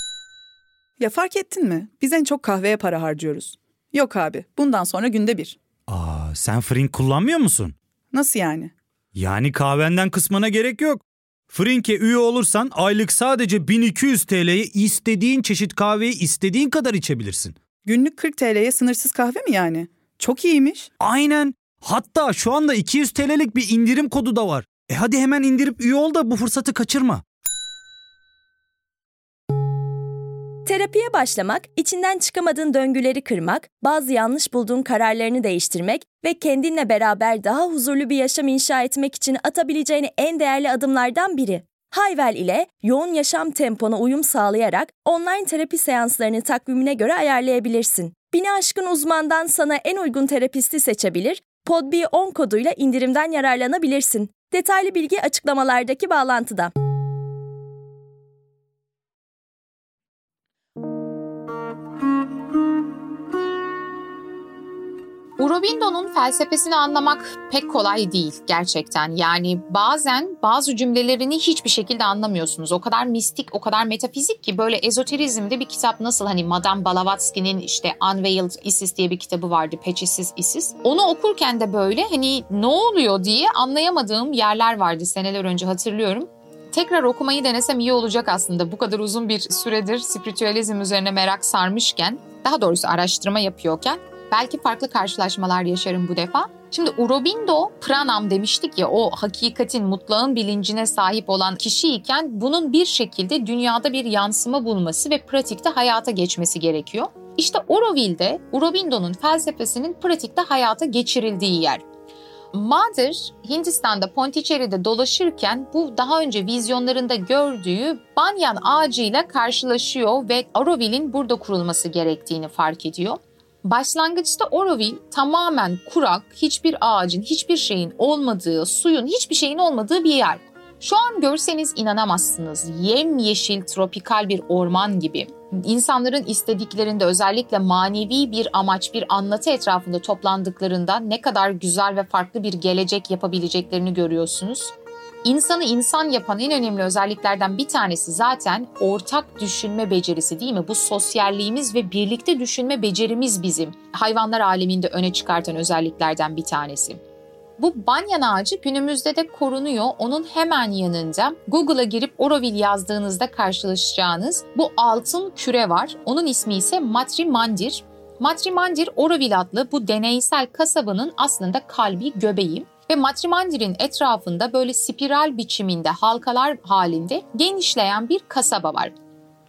Ya fark ettin mi? Biz en çok kahveye para harcıyoruz. Yok abi, bundan sonra günde bir. Aa, sen Frink kullanmıyor musun? Nasıl yani? Yani kahvenden kısmına gerek yok. Frink'e üye olursan aylık sadece bin iki yüz T L'ye istediğin çeşit kahveyi istediğin kadar içebilirsin. Günlük kırk T L'ye sınırsız kahve mi yani? Çok iyiymiş. Aynen. Hatta şu anda iki yüz T L'lik bir indirim kodu da var. E hadi hemen indirip üye ol da bu fırsatı kaçırma. Terapiye başlamak, içinden çıkamadığın döngüleri kırmak, bazı yanlış bulduğun kararlarını değiştirmek ve kendinle beraber daha huzurlu bir yaşam inşa etmek için atabileceğin en değerli adımlardan biri. Hayvel ile yoğun yaşam tempona uyum sağlayarak online terapi seanslarını takvimine göre ayarlayabilirsin. Bini aşkın uzmandan sana en uygun terapisti seçebilir, Pod B on koduyla indirimden yararlanabilirsin. Detaylı bilgi açıklamalardaki bağlantıda. Aurobindo'nun felsefesini anlamak pek kolay değil gerçekten. Yani bazen bazı cümlelerini hiçbir şekilde anlamıyorsunuz. O kadar mistik, o kadar metafizik ki böyle ezoterizmde bir kitap nasıl hani Madame Blavatsky'nin işte Unveiled Isis diye bir kitabı vardı. Peçesiz Isis. Onu okurken de böyle hani ne oluyor diye anlayamadığım yerler vardı seneler önce hatırlıyorum. Tekrar okumayı denesem iyi olacak aslında. Bu kadar uzun bir süredir spiritüalizm üzerine merak sarmışken, daha doğrusu araştırma yapıyorken belki farklı karşılaşmalar yaşarım bu defa. Şimdi Aurobindo, pranam demiştik ya, o hakikatin, mutlağın bilincine sahip olan kişiyken bunun bir şekilde dünyada bir yansıma bulması ve pratikte hayata geçmesi gerekiyor. İşte Auroville'de Aurobindo'nun felsefesinin pratikte hayata geçirildiği yer. Mother, Hindistan'da Pondicherry'de dolaşırken bu daha önce vizyonlarında gördüğü banyan ağacıyla karşılaşıyor ve Auroville'in burada kurulması gerektiğini fark ediyor. Başlangıçta Auroville tamamen kurak, hiçbir ağacın, hiçbir şeyin olmadığı, suyun hiçbir şeyin olmadığı bir yer. Şu an görseniz inanamazsınız. Yemyeşil, tropikal bir orman gibi. İnsanların istediklerinde, özellikle manevi bir amaç, bir anlatı etrafında toplandıklarında ne kadar güzel ve farklı bir gelecek yapabileceklerini görüyorsunuz. İnsanı insan yapan en önemli özelliklerden bir tanesi zaten ortak düşünme becerisi, değil mi? Bu sosyalliğimiz ve birlikte düşünme becerimiz bizim hayvanlar aleminde öne çıkartan özelliklerden bir tanesi. Bu banyan ağacı günümüzde de korunuyor. Onun hemen yanında Google'a girip Auroville yazdığınızda karşılaşacağınız bu altın küre var. Onun ismi ise Matri Mandir. Matri Mandir, Auroville adlı bu deneysel kasabanın aslında kalbi, göbeği. Ve Matri Mandir'in etrafında böyle spiral biçiminde, halkalar halinde genişleyen bir kasaba var.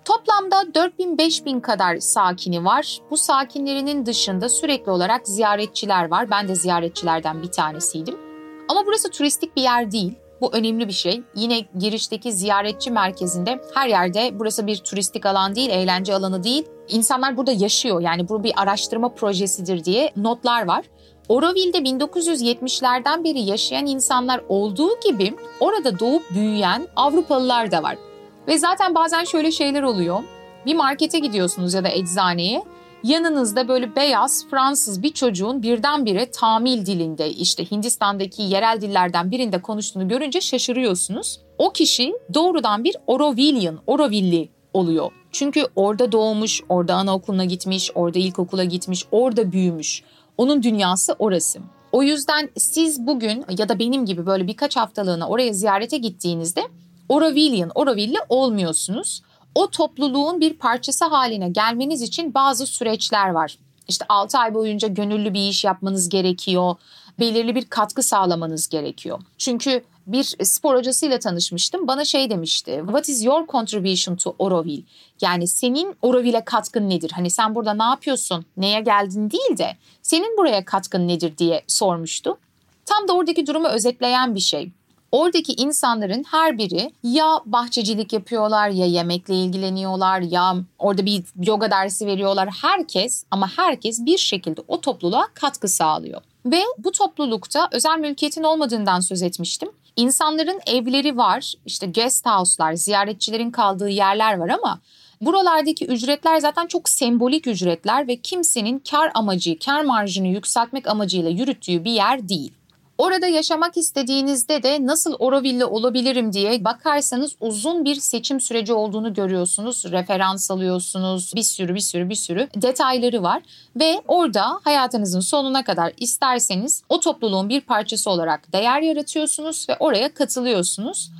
Toplamda dört bin beş bin kadar sakini var. Bu sakinlerinin dışında sürekli olarak ziyaretçiler var. Ben de ziyaretçilerden bir tanesiydim. Ama burası turistik bir yer değil. Bu önemli bir şey. Yine girişteki ziyaretçi merkezinde her yerde burası bir turistik alan değil, eğlence alanı değil. İnsanlar burada yaşıyor. Yani bu bir araştırma projesidir diye notlar var. Oroville'de bin dokuz yüz yetmişlerden beri yaşayan insanlar olduğu gibi orada doğup büyüyen Avrupalılar da var. Ve zaten bazen şöyle şeyler oluyor. Bir markete gidiyorsunuz ya da eczaneye. Yanınızda böyle beyaz Fransız bir çocuğun birdenbire Tamil dilinde, işte Hindistan'daki yerel dillerden birinde konuştuğunu görünce şaşırıyorsunuz. O kişi doğrudan bir Orovillian, Oroville'li oluyor. Çünkü orada doğmuş, orada anaokuluna gitmiş, orada ilkokula gitmiş, orada büyümüş. Onun dünyası orası. O yüzden siz bugün ya da benim gibi böyle birkaç haftalığına oraya ziyarete gittiğinizde Orovillian, Oroville'li olmuyorsunuz. O topluluğun bir parçası haline gelmeniz için bazı süreçler var. İşte altı ay boyunca gönüllü bir iş yapmanız gerekiyor. Belirli bir katkı sağlamanız gerekiyor. Çünkü bir spor hocasıyla tanışmıştım. Bana şey demişti. What is your contribution to Oroville? Yani senin Oroville'e katkın nedir? Hani sen burada ne yapıyorsun? Neye geldin değil de senin buraya katkın nedir diye sormuştu. Tam da oradaki durumu özetleyen bir şey. Oradaki insanların her biri ya bahçecilik yapıyorlar, ya yemekle ilgileniyorlar, ya orada bir yoga dersi veriyorlar. Herkes ama herkes bir şekilde o topluluğa katkı sağlıyor. Ve bu toplulukta özel mülkiyetin olmadığından söz etmiştim. İnsanların evleri var, işte guest house'lar, ziyaretçilerin kaldığı yerler var ama buralardaki ücretler zaten çok sembolik ücretler ve kimsenin kar amacı, kar marjını yükseltmek amacıyla yürüttüğü bir yer değil. Orada yaşamak istediğinizde de nasıl Oroville'li olabilirim diye bakarsanız uzun bir seçim süreci olduğunu görüyorsunuz. Referans alıyorsunuz. Bir sürü bir sürü bir sürü detayları var. Ve orada hayatınızın sonuna kadar isterseniz o topluluğun bir parçası olarak değer yaratıyorsunuz ve oraya katılıyorsunuz.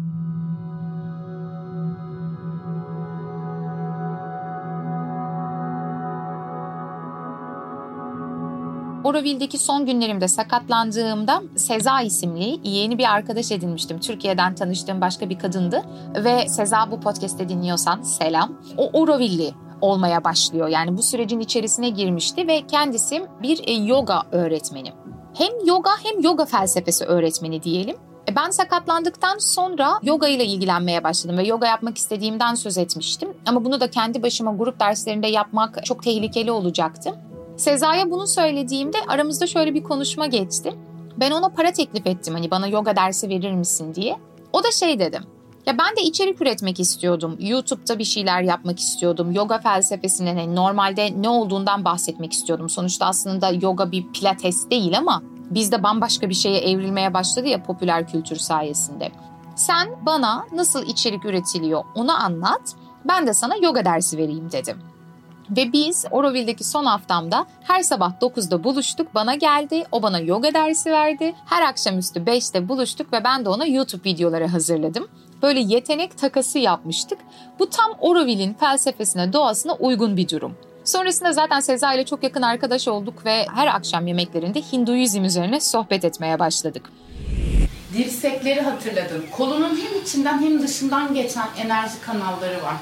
Oroville'deki son günlerimde sakatlandığımda Seza isimli yeni bir arkadaş edinmiştim. Türkiye'den tanıştığım başka bir kadındı ve Seza, bu podcast'te dinliyorsan selam. O Oroville'li olmaya başlıyor. Yani bu sürecin içerisine girmişti ve kendisi bir yoga öğretmeni. Hem yoga hem yoga felsefesi öğretmeni diyelim. Ben sakatlandıktan sonra yoga ile ilgilenmeye başladım ve yoga yapmak istediğimden söz etmiştim. Ama bunu da kendi başıma grup derslerinde yapmak çok tehlikeli olacaktı. Seza'ya bunu söylediğimde aramızda şöyle bir konuşma geçti. Ben ona para teklif ettim, hani bana yoga dersi verir misin diye. O da şey dedi. Ya ben de içerik üretmek istiyordum. YouTube'da bir şeyler yapmak istiyordum. Yoga felsefesinin hani normalde ne olduğundan bahsetmek istiyordum. Sonuçta aslında yoga bir pilates değil ama bizde bambaşka bir şeye evrilmeye başladı ya popüler kültür sayesinde. Sen bana nasıl içerik üretiliyor onu anlat. Ben de sana yoga dersi vereyim dedim. Ve biz Oroville'deki son haftamda her sabah dokuzda buluştuk. Bana geldi, o bana yoga dersi verdi. Her akşamüstü beşte buluştuk ve ben de ona YouTube videoları hazırladım. Böyle yetenek takası yapmıştık. Bu tam Oroville'in felsefesine, doğasına uygun bir durum. Sonrasında zaten Seza ile çok yakın arkadaş olduk ve her akşam yemeklerinde Hinduizm üzerine sohbet etmeye başladık. Dirsekleri hatırladım. Kolunun hem içinden hem dışından geçen enerji kanalları var.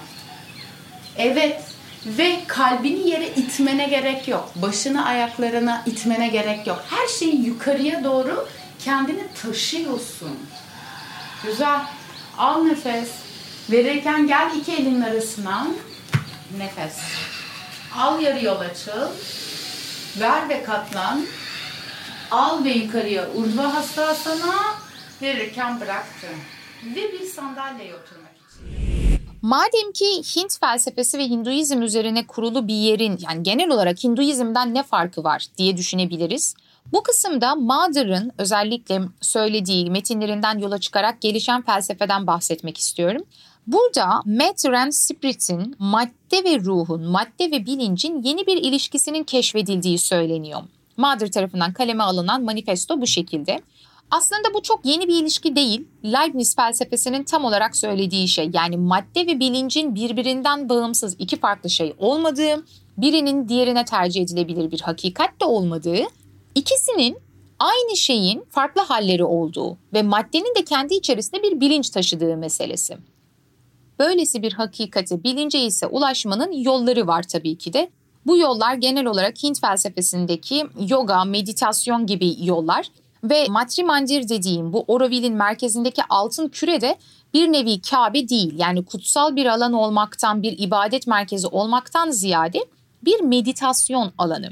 Evet. Ve kalbini yere itmene gerek yok. Başını ayaklarına itmene gerek yok. Her şeyi yukarıya doğru kendini taşıyorsun. Güzel. Al nefes. Verirken gel iki elin arasına. Nefes. Al, yarı yol açıl. Ver ve katlan. Al ve yukarıya Urdhva Hastasana. Verirken bıraktın. Ve bir sandalyeye oturmak için. Madem ki Hint felsefesi ve Hinduizm üzerine kurulu bir yerin, yani genel olarak Hinduizm'den ne farkı var diye düşünebiliriz. Bu kısımda Mother'ın özellikle söylediği metinlerinden yola çıkarak gelişen felsefeden bahsetmek istiyorum. Burada Matter and Spirit'in, madde ve ruhun, madde ve bilincin yeni bir ilişkisinin keşfedildiği söyleniyor. Mother tarafından kaleme alınan manifesto bu şekilde. Aslında bu çok yeni bir ilişki değil. Leibniz felsefesinin tam olarak söylediği şey, yani madde ve bilincin birbirinden bağımsız iki farklı şey olmadığı, birinin diğerine tercih edilebilir bir hakikat de olmadığı, ikisinin aynı şeyin farklı halleri olduğu ve maddenin de kendi içerisinde bir bilinç taşıdığı meselesi. Böylesi bir hakikate, bilince ise ulaşmanın yolları var tabii ki de. Bu yollar genel olarak Hint felsefesindeki yoga, meditasyon gibi yollar ve Matri Mandir dediğim bu Auroville'in merkezindeki altın küre de bir nevi Kabe değil. Yani kutsal bir alan olmaktan, bir ibadet merkezi olmaktan ziyade bir meditasyon alanı.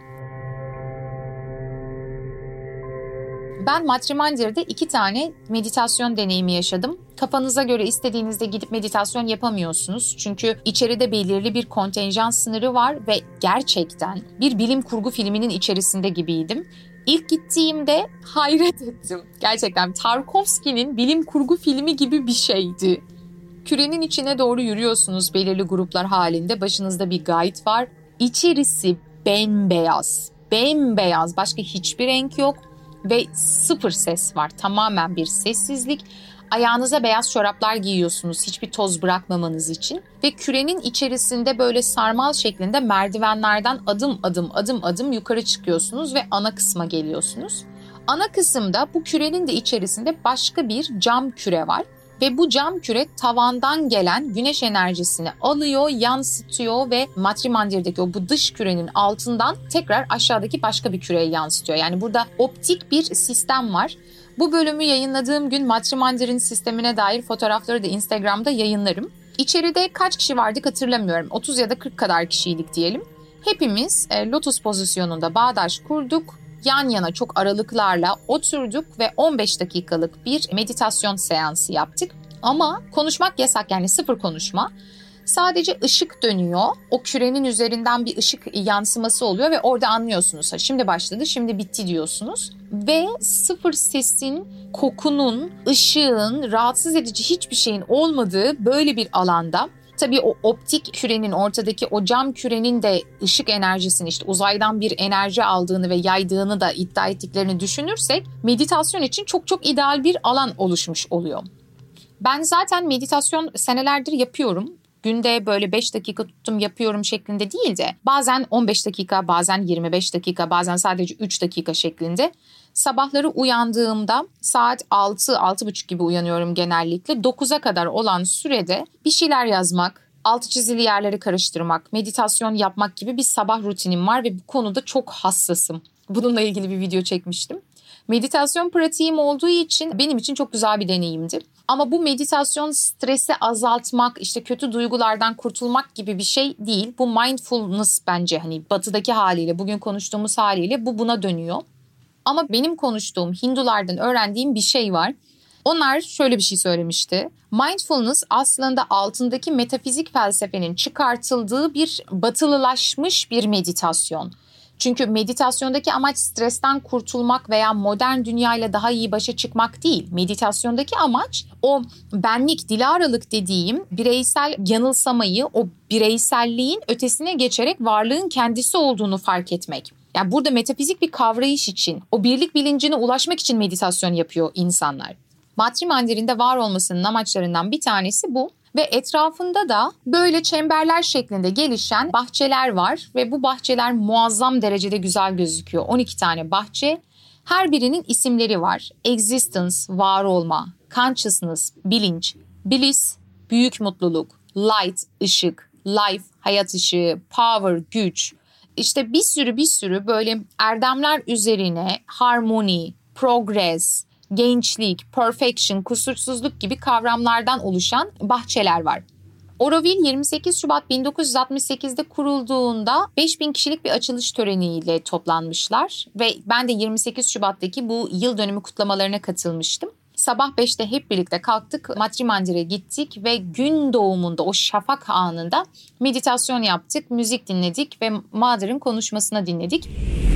Ben Matri Mandir'de iki tane meditasyon deneyimi yaşadım. Kafanıza göre istediğinizde gidip meditasyon yapamıyorsunuz. Çünkü içeride belirli bir kontenjan sınırı var ve gerçekten bir bilim kurgu filminin içerisinde gibiydim. İlk gittiğimde hayret ettim. Gerçekten Tarkovski'nin bilim kurgu filmi gibi bir şeydi. Kürenin içine doğru yürüyorsunuz belirli gruplar halinde. Başınızda bir guide var. İçerisi bembeyaz. Bembeyaz. Başka hiçbir renk yok. Ve sıfır ses var. Tamamen bir sessizlik. Ayağınıza beyaz çoraplar giyiyorsunuz hiçbir toz bırakmamanız için. Ve kürenin içerisinde böyle sarmal şeklinde merdivenlerden adım adım adım adım yukarı çıkıyorsunuz ve ana kısma geliyorsunuz. Ana kısımda bu kürenin de içerisinde başka bir cam küre var. Ve bu cam küre tavandan gelen güneş enerjisini alıyor, yansıtıyor ve Matri Mandir'deki o bu dış kürenin altından tekrar aşağıdaki başka bir küreye yansıtıyor. Yani burada optik bir sistem var. Bu bölümü yayınladığım gün Matri Mandir'in sistemine dair fotoğrafları da Instagram'da yayınlarım. İçeride kaç kişi vardık hatırlamıyorum. otuz ya da kırk kadar kişiydik diyelim. Hepimiz e, lotus pozisyonunda bağdaş kurduk. Yan yana çok aralıklarla oturduk ve on beş dakikalık bir meditasyon seansı yaptık. Ama konuşmak yasak, yani sıfır konuşma. Sadece ışık dönüyor. O kürenin üzerinden bir ışık yansıması oluyor ve orada anlıyorsunuz. Ha, şimdi başladı, şimdi bitti diyorsunuz. Ve sıfır sesin, kokunun, ışığın, rahatsız edici hiçbir şeyin olmadığı böyle bir alanda, tabii o optik kürenin, ortadaki o cam kürenin de ışık enerjisini, işte uzaydan bir enerji aldığını ve yaydığını da iddia ettiklerini düşünürsek meditasyon için çok çok ideal bir alan oluşmuş oluyor. Ben zaten meditasyon senelerdir yapıyorum. Günde böyle beş dakika tuttum yapıyorum şeklinde değil de bazen on beş dakika, bazen yirmi beş dakika, bazen sadece üç dakika şeklinde. Sabahları uyandığımda saat altı altı buçuk gibi uyanıyorum genellikle. dokuza kadar olan sürede bir şeyler yazmak, altı çizili yerleri karıştırmak, meditasyon yapmak gibi bir sabah rutinim var ve bu konuda çok hassasım. Bununla ilgili bir video çekmiştim. Meditasyon pratiğim olduğu için benim için çok güzel bir deneyimdi. Ama bu meditasyon stresi azaltmak, işte kötü duygulardan kurtulmak gibi bir şey değil. Bu mindfulness bence, hani batıdaki haliyle, bugün konuştuğumuz haliyle bu buna dönüyor. Ama benim konuştuğum Hindulardan öğrendiğim bir şey var. Onlar şöyle bir şey söylemişti. Mindfulness aslında altındaki metafizik felsefenin çıkartıldığı bir batılılaşmış bir meditasyon. Çünkü meditasyondaki amaç stresten kurtulmak veya modern dünyayla daha iyi başa çıkmak değil. Meditasyondaki amaç o benlik, Dilara'lık dediğim bireysel yanılsamayı, o bireyselliğin ötesine geçerek varlığın kendisi olduğunu fark etmek. Yani burada metafizik bir kavrayış için, o birlik bilincine ulaşmak için meditasyon yapıyor insanlar. Matri Mandir'in de var olmasının amaçlarından bir tanesi bu. Ve etrafında da böyle çemberler şeklinde gelişen bahçeler var ve bu bahçeler muazzam derecede güzel gözüküyor. on iki tane bahçe, her birinin isimleri var. Existence, var olma, consciousness, bilinç, bliss, büyük mutluluk, light, ışık, life, hayat ışığı, power, güç. İşte bir sürü bir sürü böyle erdemler üzerine harmony, progress, gençlik, perfection, kusursuzluk gibi kavramlardan oluşan bahçeler var. Auroville yirmi sekiz Şubat bin dokuz yüz altmış sekizde kurulduğunda beş bin kişilik bir açılış töreniyle toplanmışlar ve ben de yirmi sekiz Şubat'taki bu yıl dönümü kutlamalarına katılmıştım. Sabah beşte hep birlikte kalktık, Matri Mandir'e gittik ve gün doğumunda, o şafak anında meditasyon yaptık, müzik dinledik ve Mother'ın konuşmasını dinledik.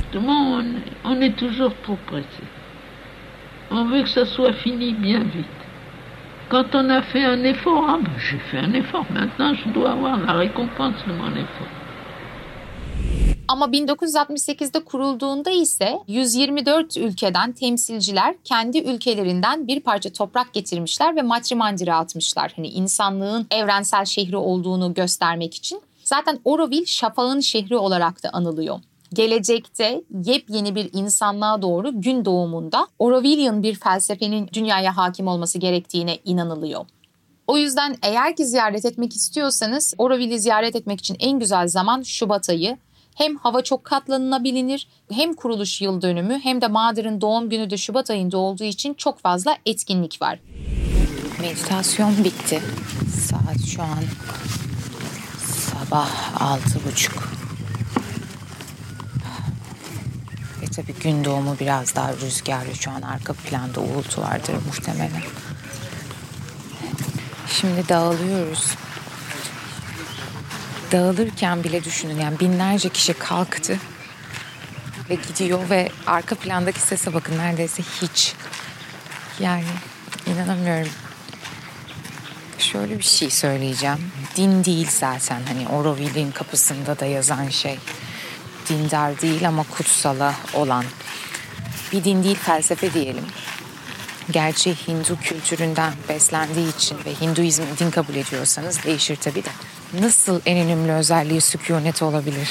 On, on est toujours trop pressé. On veut que ça soit fini bien vite. Quand on a fait un effort, ah ben j'ai fait un effort, maintenant je dois avoir la récompense de mon effort. Ama bin dokuz yüz altmış sekizde kurulduğunda ise yüz yirmi dört ülkeden temsilciler kendi ülkelerinden bir parça toprak getirmişler ve Matri Mandir'e atmışlar. Hani insanlığın evrensel şehri olduğunu göstermek için. Zaten Auroville şafağın şehri olarak da anılıyor. Gelecekte yepyeni bir insanlığa doğru gün doğumunda Aurovillian bir felsefenin dünyaya hakim olması gerektiğine inanılıyor. O yüzden eğer ki ziyaret etmek istiyorsanız Oroville'i ziyaret etmek için en güzel zaman Şubat ayı. Hem hava çok katlanılabilir, hem kuruluş yıl dönümü hem de Mahder'in doğum günü de Şubat ayında olduğu için çok fazla etkinlik var. Meditasyon bitti. Saat şu an sabah altı buçuk. Ve tabii gün doğumu biraz daha rüzgarlı. Şu an arka planda uğultu vardır muhtemelen. Şimdi dağılıyoruz. Dağılırken bile düşünün, yani binlerce kişi kalktı ve gidiyor ve arka plandaki sese bakın, neredeyse hiç. Yani inanamıyorum. Şöyle bir şey söyleyeceğim. Din değil zaten, hani Oroville'in kapısında da yazan şey. Dindar değil ama kutsala olan. Bir din değil, felsefe diyelim. Gerçi Hindu kültüründen beslendiği için ve Hinduizmi din kabul ediyorsanız değişir tabii de. Nasıl en önemli özelliği sükunet olabilir?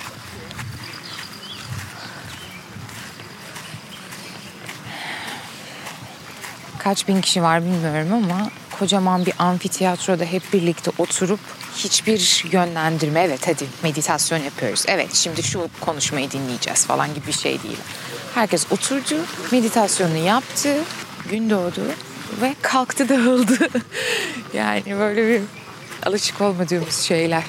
Kaç bin kişi var bilmiyorum ama kocaman bir amfiteyatroda hep birlikte oturup hiçbir yönlendirme, evet hadi meditasyon yapıyoruz, evet şimdi şu konuşmayı dinleyeceğiz falan gibi bir şey değil. Herkes oturdu, meditasyonu yaptı, gün doğdu ve kalktı, dağıldı. Yani böyle bir alışık olmadığımız şeyler.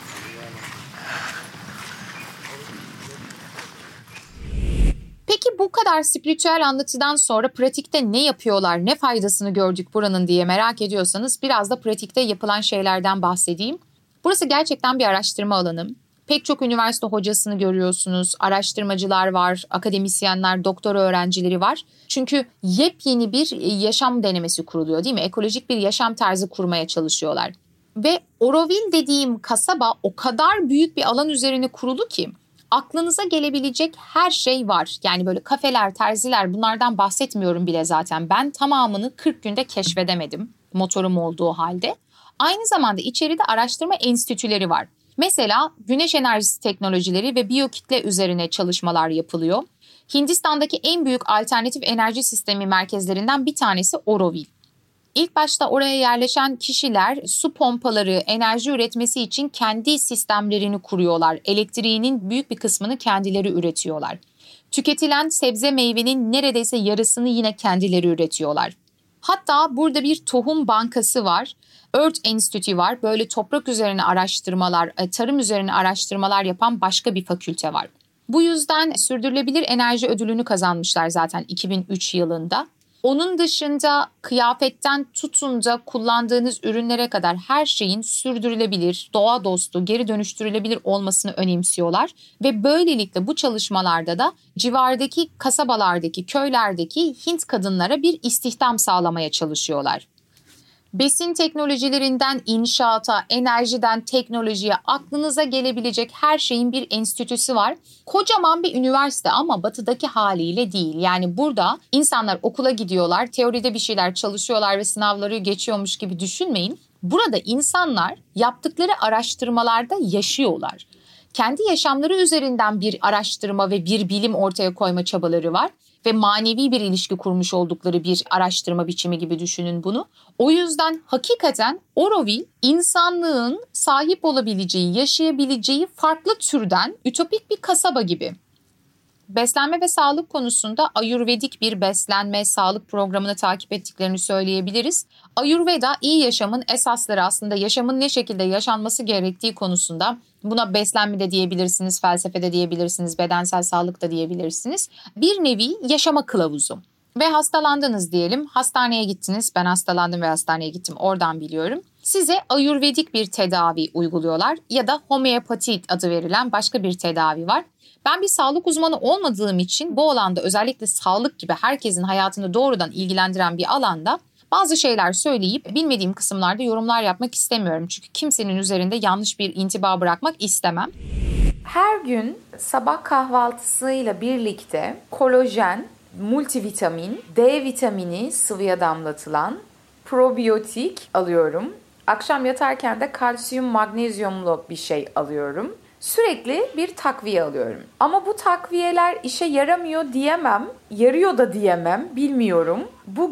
Peki bu kadar spiritüel anlatıdan sonra pratikte ne yapıyorlar, ne faydasını gördük buranın diye merak ediyorsanız biraz da pratikte yapılan şeylerden bahsedeyim. Burası gerçekten bir araştırma alanı. Pek çok üniversite hocasını görüyorsunuz, araştırmacılar var, akademisyenler, doktora öğrencileri var. Çünkü yepyeni bir yaşam denemesi kuruluyor, değil mi? Ekolojik bir yaşam tarzı kurmaya çalışıyorlar. Ve Oroville dediğim kasaba o kadar büyük bir alan üzerine kurulu ki aklınıza gelebilecek her şey var. Yani böyle kafeler, terziler, bunlardan bahsetmiyorum bile zaten. Ben tamamını kırk günde keşfedemedim motorum olduğu halde. Aynı zamanda içeride araştırma enstitüleri var. Mesela güneş enerjisi teknolojileri ve biyokitle üzerine çalışmalar yapılıyor. Hindistan'daki en büyük alternatif enerji sistemi merkezlerinden bir tanesi Oroville. İlk başta oraya yerleşen kişiler su pompaları enerji üretmesi için kendi sistemlerini kuruyorlar. Elektriğinin büyük bir kısmını kendileri üretiyorlar. Tüketilen sebze meyvenin neredeyse yarısını yine kendileri üretiyorlar. Hatta burada bir tohum bankası var. Earth Enstitü var. Böyle toprak üzerine araştırmalar, tarım üzerine araştırmalar yapan başka bir fakülte var. Bu yüzden sürdürülebilir enerji ödülünü kazanmışlar zaten iki bin üç yılında. Onun dışında kıyafetten tutun da kullandığınız ürünlere kadar her şeyin sürdürülebilir, doğa dostu, geri dönüştürülebilir olmasını önemsiyorlar. Ve böylelikle bu çalışmalarda da civardaki kasabalardaki, köylerdeki Hint kadınlara bir istihdam sağlamaya çalışıyorlar. Besin teknolojilerinden inşaata, enerjiden teknolojiye aklınıza gelebilecek her şeyin bir enstitüsü var. Kocaman bir üniversite ama batıdaki haliyle değil. Yani burada insanlar okula gidiyorlar, teoride bir şeyler çalışıyorlar ve sınavları geçiyormuş gibi düşünmeyin. Burada insanlar yaptıkları araştırmalarda yaşıyorlar. Kendi yaşamları üzerinden bir araştırma ve bir bilim ortaya koyma çabaları var. Ve manevi bir ilişki kurmuş oldukları bir araştırma biçimi gibi düşünün bunu. O yüzden hakikaten Oroville insanlığın sahip olabileceği, yaşayabileceği farklı türden ütopik bir kasaba gibi. Beslenme ve sağlık konusunda Ayurvedik bir beslenme, sağlık programını takip ettiklerini söyleyebiliriz. Ayurveda iyi yaşamın esasları, aslında yaşamın ne şekilde yaşanması gerektiği konusunda, buna beslenme de diyebilirsiniz, felsefe de diyebilirsiniz, bedensel sağlık da diyebilirsiniz. Bir nevi yaşama kılavuzu. Ve hastalandınız diyelim, hastaneye gittiniz, ben hastalandım ve hastaneye gittim, oradan biliyorum. Size Ayurvedik bir tedavi uyguluyorlar ya da homeopati adı verilen başka bir tedavi var. Ben bir sağlık uzmanı olmadığım için bu alanda, özellikle sağlık gibi herkesin hayatını doğrudan ilgilendiren bir alanda bazı şeyler söyleyip bilmediğim kısımlarda yorumlar yapmak istemiyorum. Çünkü kimsenin üzerinde yanlış bir intiba bırakmak istemem. Her gün sabah kahvaltısıyla birlikte kolajen, multivitamin, D vitamini sıvıya damlatılan probiyotik alıyorum. Akşam yatarken de kalsiyum, magnezyumlu bir şey alıyorum. Sürekli bir takviye alıyorum. Ama bu takviyeler işe yaramıyor diyemem, yarıyor da diyemem, bilmiyorum. Bugün